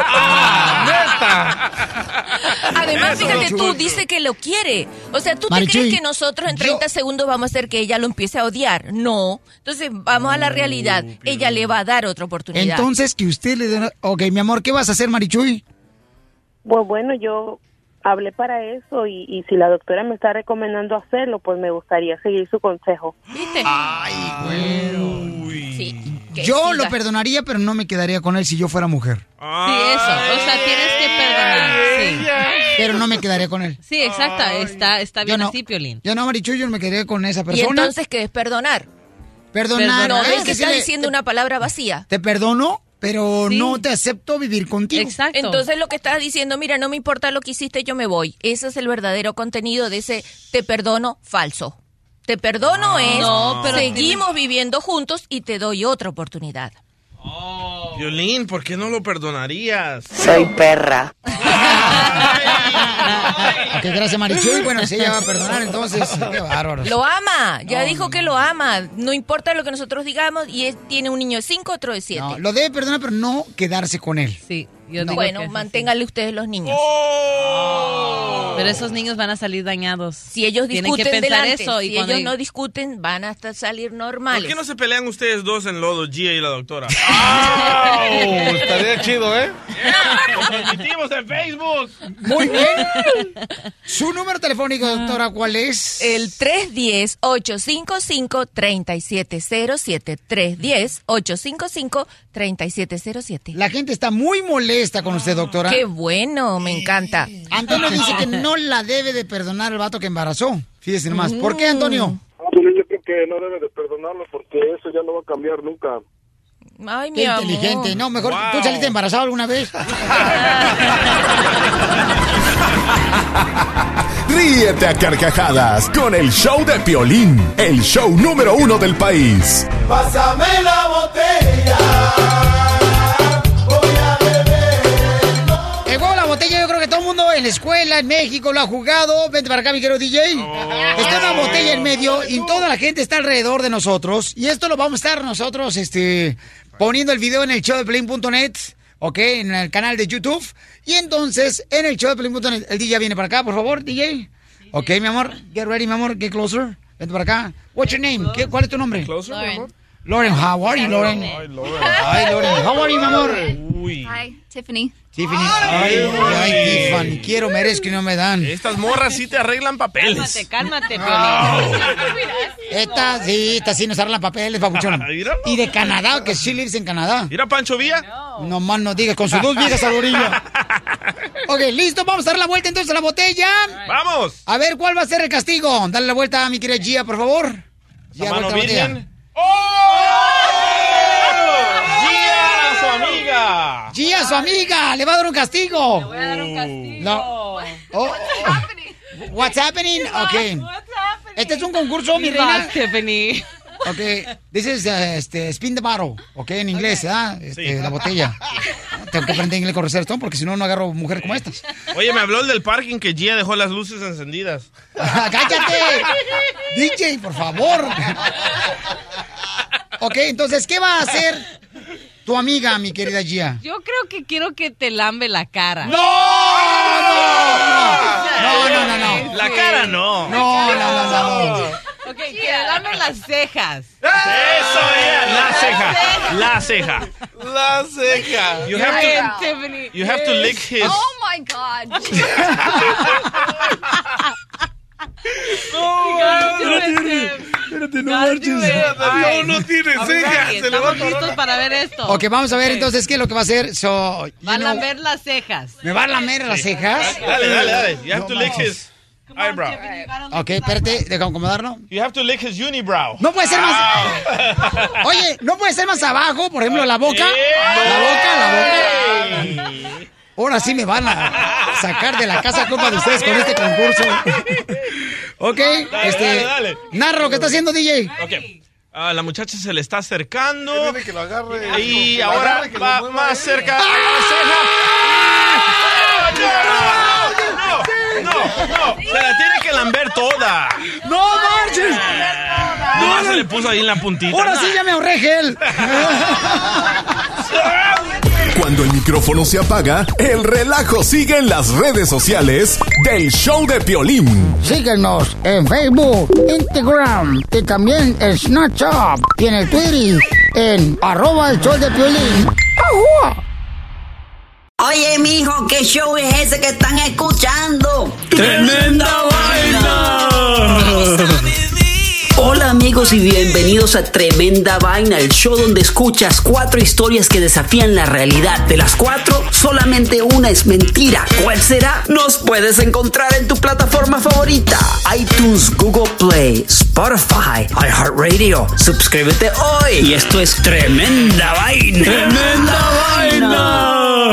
Además, fíjate tú, dice que lo quiere. O sea, ¿tú te
Marichuy,
crees que nosotros en 30 segundos vamos a hacer que ella lo empiece a odiar? No. Entonces, vamos a la realidad. Ella le va a dar otra oportunidad.
Entonces, que usted le dé... Ok, mi amor, ¿qué vas a hacer, Marichuy?
Pues bueno, yo hablé para eso y si la doctora me está recomendando hacerlo, pues me gustaría seguir su consejo.
¿Viste?
Ay, güey.
Sí.
Yo lo perdonaría, pero no me quedaría con él si yo fuera mujer.
Sí, eso. O sea, tienes que perdonar. Sí.
Pero no me quedaría con él.
Sí, exacto. Está bien así, Piolín.
Yo no, Marichuy, yo no me quedaría con esa
Y
persona.
entonces, ¿qué es perdonar?
Perdonar.
No,
es
es que está
decirle,
diciendo una palabra vacía.
Te perdono, pero
Sí.
no te acepto vivir contigo.
Exacto.
Entonces lo que estás diciendo, mira, no me importa lo que hiciste, yo me voy. Ese es el verdadero contenido de ese te perdono falso. Te perdono es,
No, pero
seguimos viviendo juntos y te doy otra oportunidad.
Violín, ¿por qué no lo perdonarías?
Soy perra. Ok, gracias, Marichuy. Bueno, si ella va a perdonar, entonces, qué bárbaro.
Lo ama, ya dijo que lo ama. No importa lo que nosotros digamos y él tiene un niño de 5, otro de 7.
No, lo debe perdonar, pero no quedarse con él.
Sí.
Bueno, manténganle ustedes los niños.
Pero esos niños van a salir dañados.
Si ellos
Tienen que
discuten
pensar
delante,
eso. Y
si
cuando
ellos no discuten, van a hasta salir
¿Por
normales.
qué no se pelean ustedes dos en lodo, Gia y la doctora?
Estaría chido, ¿eh?
¡Lo transmitimos en Facebook!
Muy bien. ¿Su número telefónico, doctora, cuál es?
El 310-855-3707. 310-855-3707.
La gente está muy molesta con usted, doctora.
Qué bueno, me encanta.
Antonio dice que no la debe de perdonar el vato que embarazó. Fíjese nomás. ¿Por qué, Antonio?
Yo creo que no debe de perdonarlo porque eso ya no va a cambiar nunca.
Ay,
Qué inteligente. No, mejor tú saliste embarazado alguna vez.
Ríete a carcajadas con el show de Piolín, el show número 1 del país.
Pásame la botella.
El juego de la botella, yo creo que todo el mundo en la escuela, en México, lo ha jugado. Vente para acá, mi querido DJ. Está una botella en medio y toda la gente está alrededor de nosotros. Y esto lo vamos a estar nosotros poniendo el video en el showdepiolín.net, ok, en el canal de YouTube. Y entonces, en el showdepiolín.net, el DJ viene para acá, por favor, DJ. Ok, mi amor, get ready, mi amor, get closer. Vente para acá. What's your name? ¿Cuál es tu nombre? Lauren, how are you, Lauren? Hi, Lauren. How are you, mi amor?
Hi, Tiffany.
Tiffany. Ay, Tiffany. Quiero, merezco y no me dan.
Estas morras sí te arreglan papeles.
Cálmate,
Esta sí nos arreglan papeles, papuchón. Y de Canadá, que sí vives en Canadá.
¿Mira Pancho Villa?
No más no digas, con sus dos viejas a la orilla. Ok, listo, vamos a dar la vuelta entonces a la botella.
¡Vamos!
A ver, ¿cuál va a ser el castigo? Dale la vuelta a mi querida Gia, por favor. Gia,
mano
vuelta a la botella.
virgen. ¡Gia, su amiga!
Gia, su amiga, le va a dar un castigo.
Le voy a dar un castigo.
No. What's happening? Ok. Este es un concurso, mi reina.
Tiffany.
Ok, this is spin the bottle, ok, en inglés, ¿verdad? La botella. Tengo que aprender inglés correcto porque si no, no agarro mujer como estas.
Oye, me habló el del parking que Gia dejó las luces encendidas.
¡Cállate! DJ, por favor. Ok, entonces, ¿qué va a hacer tu amiga, mi querida Gia?
Yo creo que quiero que te lambe la cara.
¡No!
La cara no.
No.
Ok, que le lambe las cejas.
Eso, la ceja. La ceja.
La ceja.
You have to lick his.
Oh my God.
Espérate, no marches.
No tiene cejas. Se le va a
Estamos listos para ver esto.
Ok, vamos a ver entonces qué es lo que va a hacer.
Va a lamber las cejas.
¿Me va a lamer las cejas?
Dale. You have to lick his. Eyebrow.
Ok, espérate, déjame acomodarlo.
You have to lick his unibrow.
No puede ser más. Oye, no puede ser más abajo, por ejemplo, la boca. La boca. Ahora sí me van a sacar de la casa culpa de ustedes con este concurso. Ok,
dale.
narra lo que está haciendo DJ.
Ok. La muchacha se le está acercando.
Tiene que lo agarre.
Y ahora va más cerca a la ceja. No. Se la tiene que lamber toda.
¡No marches!
No, se le puso ahí en la puntita.
Ahora sí ya me ahorré gel.
Cuando el micrófono se apaga, el relajo sigue en las redes sociales del Show de Piolín.
Síguenos en Facebook, Instagram y también en Snapchat y en el Twitter en @el_show_de_piolín. ¡Ajua!
Oye, mijo, ¿qué show es ese que están escuchando?
¡Tremenda Vaina!
Hola amigos y bienvenidos a Tremenda Vaina, el show donde escuchas 4 historias que desafían la realidad. De las 4, solamente una es mentira. ¿Cuál será? Nos puedes encontrar en tu plataforma favorita: iTunes, Google Play, Spotify, iHeartRadio. Suscríbete hoy. Y esto es Tremenda Vaina.
¡Tremenda Vaina!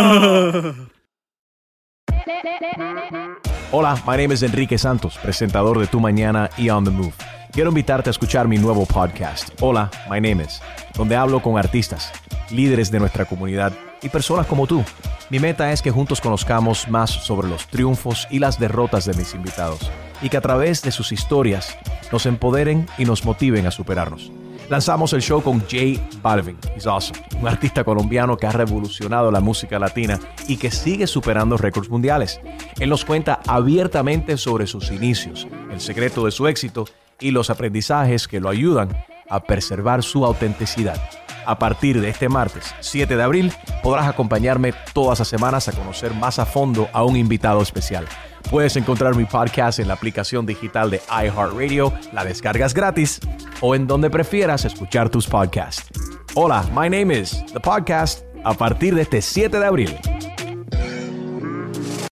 Hola, my name is Enrique Santos, presentador de Tu Mañana y On The Move. Quiero invitarte a escuchar mi nuevo podcast, Hola, my name is, donde hablo con artistas, líderes de nuestra comunidad y personas como tú. Mi meta es que juntos conozcamos más sobre los triunfos y las derrotas de mis invitados y que a través de sus historias nos empoderen y nos motiven a superarnos. Lanzamos el show con J Balvin, he's awesome, un artista colombiano que ha revolucionado la música latina y que sigue superando récords mundiales. Él nos cuenta abiertamente sobre sus inicios, el secreto de su éxito y los aprendizajes que lo ayudan a preservar su autenticidad. A partir de este martes 7 de abril podrás acompañarme todas las semanas a conocer más a fondo a un invitado especial. Puedes encontrar mi podcast en la aplicación digital de iHeartRadio, la descargas gratis o en donde prefieras escuchar tus podcasts. Hola, my name is The Podcast a partir de este 7 de abril.